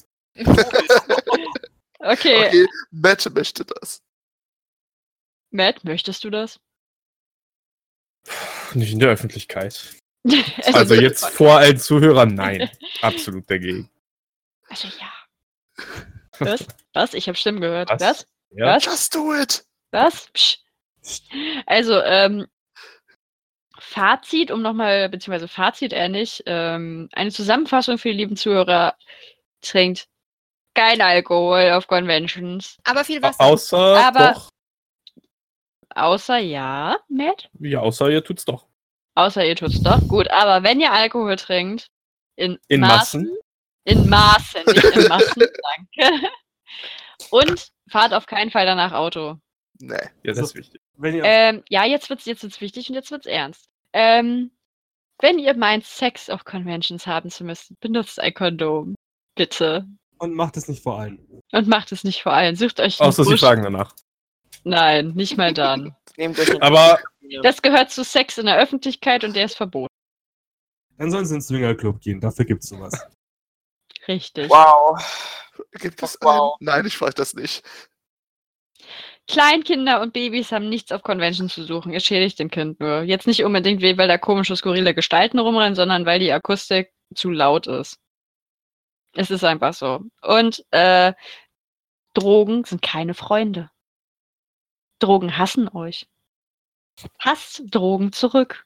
[SPEAKER 1] Okay.
[SPEAKER 3] Okay, Matt möchte das.
[SPEAKER 1] Matt, möchtest du das?
[SPEAKER 5] Nicht in der Öffentlichkeit.
[SPEAKER 1] Es
[SPEAKER 5] Also
[SPEAKER 1] ist-
[SPEAKER 5] jetzt vor allen Zuhörern, nein. Absolut dagegen.
[SPEAKER 1] Also ja. Was? Was? Ich habe Stimmen gehört.
[SPEAKER 5] Was?
[SPEAKER 1] Was?
[SPEAKER 5] Ja?
[SPEAKER 1] Was?
[SPEAKER 3] Just do it!
[SPEAKER 1] Was? Psch. Also, ähm, Fazit, um nochmal, beziehungsweise Fazit eher nicht, ähm, eine Zusammenfassung für die lieben Zuhörer: Trinkt kein Alkohol auf Conventions.
[SPEAKER 2] Aber viel
[SPEAKER 5] Au-
[SPEAKER 2] Wasser.
[SPEAKER 5] Außer
[SPEAKER 1] Aber-
[SPEAKER 5] doch.
[SPEAKER 1] Außer ja, Matt?
[SPEAKER 5] Ja, außer ihr tut's doch.
[SPEAKER 1] Außer ihr tut's doch. Gut, aber wenn ihr Alkohol trinkt, in,
[SPEAKER 5] In
[SPEAKER 1] Maßen,
[SPEAKER 5] Massen?
[SPEAKER 1] in Maßen, nicht in Massen, danke. Und fahrt auf keinen Fall danach Auto.
[SPEAKER 3] Nee.
[SPEAKER 5] Ja, das ist wichtig.
[SPEAKER 6] Wenn ihr
[SPEAKER 1] Ähm, ja, jetzt wird's, jetzt wird's wichtig und jetzt wird's ernst. Ähm, wenn ihr meint, Sex auf Conventions haben zu müssen, benutzt ein Kondom. Bitte.
[SPEAKER 6] und macht es nicht vor allen.
[SPEAKER 1] Und macht es nicht vor allem. Sucht euch einen
[SPEAKER 5] Außer sie
[SPEAKER 1] Busch-
[SPEAKER 5] fragen danach.
[SPEAKER 1] Nein, nicht mal dann.
[SPEAKER 4] Nehmt euch einen
[SPEAKER 5] Aber
[SPEAKER 1] Das gehört zu Sex in der Öffentlichkeit und der ist verboten.
[SPEAKER 6] Dann sollen sie ins Swingerclub gehen, dafür gibt's sowas.
[SPEAKER 1] Richtig.
[SPEAKER 4] Wow.
[SPEAKER 3] Gibt es
[SPEAKER 4] Wow.
[SPEAKER 3] einen? Nein, ich frage das nicht.
[SPEAKER 1] Kleinkinder und Babys haben nichts auf Conventions zu suchen. Ihr schädigt dem Kind nur. Jetzt nicht unbedingt, weil da komische, skurrile Gestalten rumrennen, sondern weil die Akustik zu laut ist. Es ist einfach so. Und äh, Drogen sind keine Freunde. Drogen hassen euch. Hasst Drogen zurück.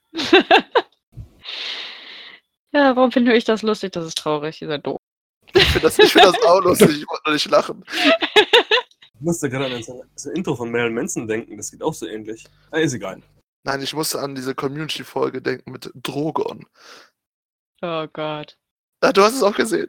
[SPEAKER 1] Ja, warum finde ich das lustig? Das ist traurig, dieser doof.
[SPEAKER 3] Ich finde das, ich find das auch lustig, ich wollte nur nicht lachen.
[SPEAKER 6] Ich musste gerade an das, das Intro von Marilyn Manson denken, das geht auch so ähnlich. Ah, ist egal.
[SPEAKER 3] Nein, ich musste an diese Community-Folge denken mit Drogon.
[SPEAKER 1] Oh Gott.
[SPEAKER 3] Ah, du hast es auch gesehen.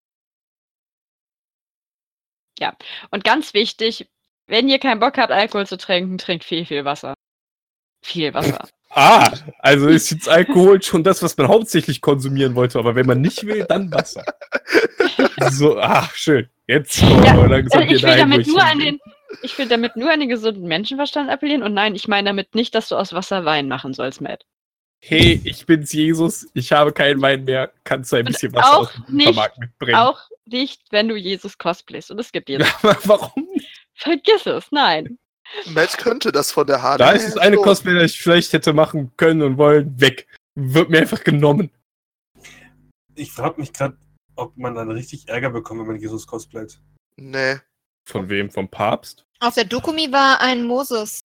[SPEAKER 1] Und ganz wichtig, wenn ihr keinen Bock habt, Alkohol zu trinken, trinkt viel, viel Wasser. Viel Wasser.
[SPEAKER 5] Ah, also ist jetzt Alkohol schon das, was man hauptsächlich konsumieren wollte, aber wenn man nicht will, dann Wasser. So, ach, schön. Jetzt kommen
[SPEAKER 1] Ja,
[SPEAKER 5] wir langsam
[SPEAKER 1] Also ich
[SPEAKER 5] hier
[SPEAKER 1] will
[SPEAKER 5] dahin, wo
[SPEAKER 1] damit
[SPEAKER 5] ich
[SPEAKER 1] nur an
[SPEAKER 5] hin
[SPEAKER 1] den, ich will damit nur an den gesunden Menschenverstand appellieren und nein, ich meine damit nicht, dass du aus Wasser Wein machen sollst, Matt.
[SPEAKER 5] will. Hey, ich bin's Jesus, ich habe keinen Wein mehr, kannst du ein
[SPEAKER 1] Und
[SPEAKER 5] bisschen Wasser
[SPEAKER 1] auch
[SPEAKER 5] aus dem
[SPEAKER 1] nicht-
[SPEAKER 5] Supermarkt mitbringen?
[SPEAKER 1] Auch nicht, wenn du Jesus cosplayst und es gibt Jesus.
[SPEAKER 5] Ja, warum?
[SPEAKER 1] Vergiss es, nein.
[SPEAKER 3] Matt könnte das von der H D.
[SPEAKER 5] Da ist es eine Cosplay, die ich vielleicht hätte machen können und wollen, weg. wird mir einfach genommen.
[SPEAKER 6] Ich frage mich gerade, ob man dann richtig Ärger bekommt, wenn man Jesus cosplayt.
[SPEAKER 3] Nee.
[SPEAKER 5] Von wem? Vom Papst?
[SPEAKER 2] Auf der Dokumi war ein Moses.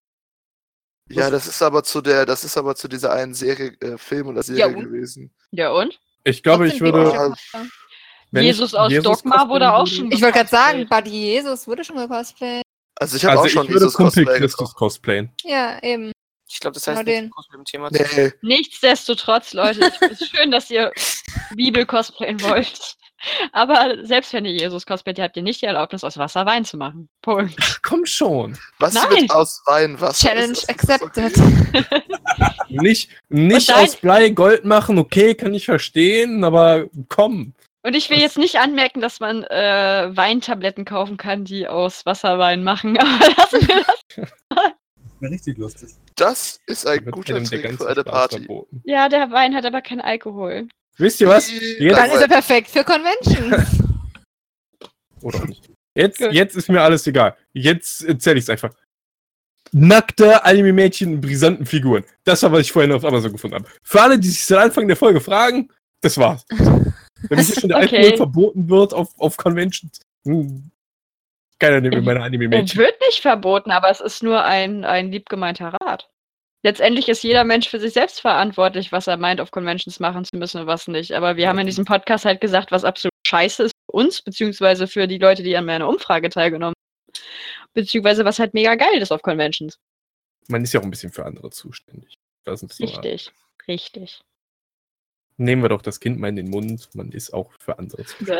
[SPEAKER 3] Ja, das ist aber zu der, das ist aber zu dieser einen Serie, äh, Film oder Serie
[SPEAKER 2] Ja, und?
[SPEAKER 3] gewesen.
[SPEAKER 1] Ja und?
[SPEAKER 5] Ich glaube, ich
[SPEAKER 2] Trotzdem
[SPEAKER 5] würde.
[SPEAKER 2] biblischer Charakter.
[SPEAKER 5] wenn
[SPEAKER 1] Jesus
[SPEAKER 5] ich
[SPEAKER 1] aus Dogma
[SPEAKER 5] cosplayen
[SPEAKER 1] wurde auch
[SPEAKER 5] würde-
[SPEAKER 1] schon
[SPEAKER 2] Ich wollte gerade sagen,
[SPEAKER 1] gecosplayt.
[SPEAKER 2] Buddy Jesus wurde schon gecosplayt.
[SPEAKER 3] Also ich habe
[SPEAKER 5] Also
[SPEAKER 3] auch
[SPEAKER 5] ich
[SPEAKER 3] schon
[SPEAKER 5] würde
[SPEAKER 3] Jesus
[SPEAKER 5] Kumpel
[SPEAKER 3] Cosplay
[SPEAKER 5] Christus
[SPEAKER 3] gekauft.
[SPEAKER 5] cosplayen.
[SPEAKER 2] Ja, eben.
[SPEAKER 4] Ich glaube, das
[SPEAKER 2] Genau
[SPEAKER 4] heißt
[SPEAKER 2] den.
[SPEAKER 4] nicht groß mit dem Thema zu.
[SPEAKER 3] Nee,
[SPEAKER 1] Nichtsdestotrotz, Leute, es ist schön, dass ihr Bibel cosplayen wollt. Aber selbst wenn ihr Jesus cosplayt, habt ihr nicht die Erlaubnis, aus Wasser Wein zu machen. Punkt.
[SPEAKER 5] Ach, komm schon.
[SPEAKER 3] was
[SPEAKER 1] Nein.
[SPEAKER 3] wird aus Wein Wasser?
[SPEAKER 2] Challenge
[SPEAKER 3] Ist das- ist das
[SPEAKER 2] accepted.
[SPEAKER 3] okay?
[SPEAKER 5] Nicht, nicht
[SPEAKER 1] Und dein-
[SPEAKER 5] aus Blei Gold machen, okay, kann ich verstehen, aber komm.
[SPEAKER 1] Und ich will jetzt nicht anmerken, dass man äh, Weintabletten kaufen kann, die aus Wasserwein machen. Aber lassen wir das.
[SPEAKER 6] Wäre richtig lustig.
[SPEAKER 3] Das ist ein
[SPEAKER 5] Wird
[SPEAKER 3] guter
[SPEAKER 5] einem der
[SPEAKER 3] Trick
[SPEAKER 5] ganze
[SPEAKER 3] für eine
[SPEAKER 5] Spaß
[SPEAKER 3] Party.
[SPEAKER 5] verboten.
[SPEAKER 1] Ja, der Wein hat aber keinen Alkohol.
[SPEAKER 5] Wisst ihr was? Jetzt,
[SPEAKER 2] Dann ist er perfekt für Conventions.
[SPEAKER 5] oder auch nicht. Jetzt,
[SPEAKER 1] Gut.
[SPEAKER 5] jetzt ist mir alles egal. Jetzt erzähle ich es einfach. Nackte Anime-Mädchen in brisanten Figuren. Das war, was ich vorhin auf Amazon gefunden habe. Für alle, die sich seit Anfang der Folge fragen, das war's. Wenn hier schon der
[SPEAKER 1] Okay.
[SPEAKER 5] Alkohol verboten wird auf, auf Conventions, hm, keiner nimmt mir meine
[SPEAKER 1] Er
[SPEAKER 5] Anime-Mädchen.
[SPEAKER 1] wird nicht verboten, aber es ist nur ein, ein liebgemeinter Rat. Letztendlich ist jeder Mensch für sich selbst verantwortlich, was er meint, auf Conventions machen zu müssen und was nicht. Aber wir haben in diesem Podcast halt gesagt, was absolut scheiße ist für uns, beziehungsweise für die Leute, die an meiner Umfrage teilgenommen haben. Beziehungsweise was halt mega geil ist auf Conventions.
[SPEAKER 5] Man ist ja auch ein bisschen für andere zuständig. Das ist so,
[SPEAKER 1] Richtig, richtig.
[SPEAKER 5] nehmen wir doch das Kind mal in den Mund. Man ist auch für andere zuständig.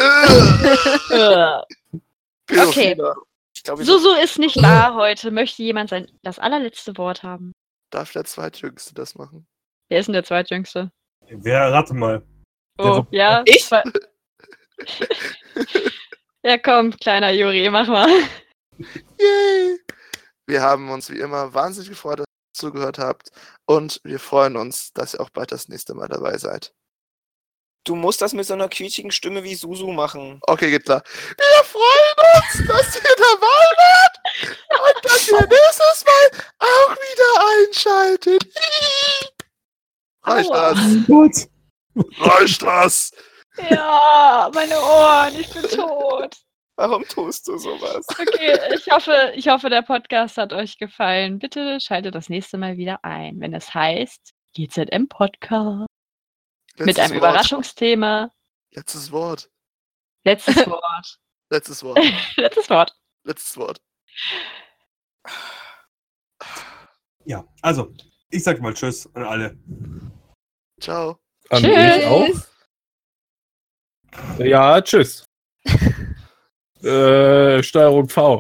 [SPEAKER 1] Bäh.
[SPEAKER 3] Äh,
[SPEAKER 1] Bäh.
[SPEAKER 3] Pädophiler.
[SPEAKER 4] Ich glaube,
[SPEAKER 1] Susu ist nicht da heute. Möchte jemand sein das allerletzte Wort haben?
[SPEAKER 3] Darf der Zweitjüngste das machen?
[SPEAKER 1] Wer ist denn der Zweitjüngste?
[SPEAKER 6] Wer, rate mal.
[SPEAKER 1] Oh, ja.
[SPEAKER 4] Ich?
[SPEAKER 1] Zwei- Ja, komm, kleiner Juri, mach mal.
[SPEAKER 3] Yay! Wir haben uns wie immer wahnsinnig gefreut, dass ihr zugehört habt. Und wir freuen uns, dass ihr auch bald das nächste Mal dabei seid.
[SPEAKER 4] du musst das mit so einer quietschigen Stimme wie Susu machen.
[SPEAKER 3] Okay, geht klar. Wir freuen uns, dass ihr dabei wart und dass ihr nächstes Mal auch wieder einschaltet. Reicht
[SPEAKER 1] Aua.
[SPEAKER 3] das?
[SPEAKER 6] Gut.
[SPEAKER 3] Reicht das?
[SPEAKER 1] Ja, meine Ohren, ich bin tot.
[SPEAKER 4] Warum tust du sowas?
[SPEAKER 1] Okay, ich hoffe, ich hoffe, der Podcast hat euch gefallen. Bitte schaltet das nächste Mal wieder ein, wenn es heißt G Z M Podcast mit
[SPEAKER 3] Letztes
[SPEAKER 1] einem
[SPEAKER 3] Wort.
[SPEAKER 1] Überraschungsthema.
[SPEAKER 3] Letztes Wort.
[SPEAKER 1] Letztes Wort.
[SPEAKER 3] Letztes Wort.
[SPEAKER 1] Letztes Wort.
[SPEAKER 3] Letztes Wort.
[SPEAKER 6] Ja, also, ich sag mal Tschüss an alle.
[SPEAKER 3] Ciao.
[SPEAKER 5] An
[SPEAKER 1] Tschüss.
[SPEAKER 5] mich auch. Ja, tschüss. äh, Steuerung V.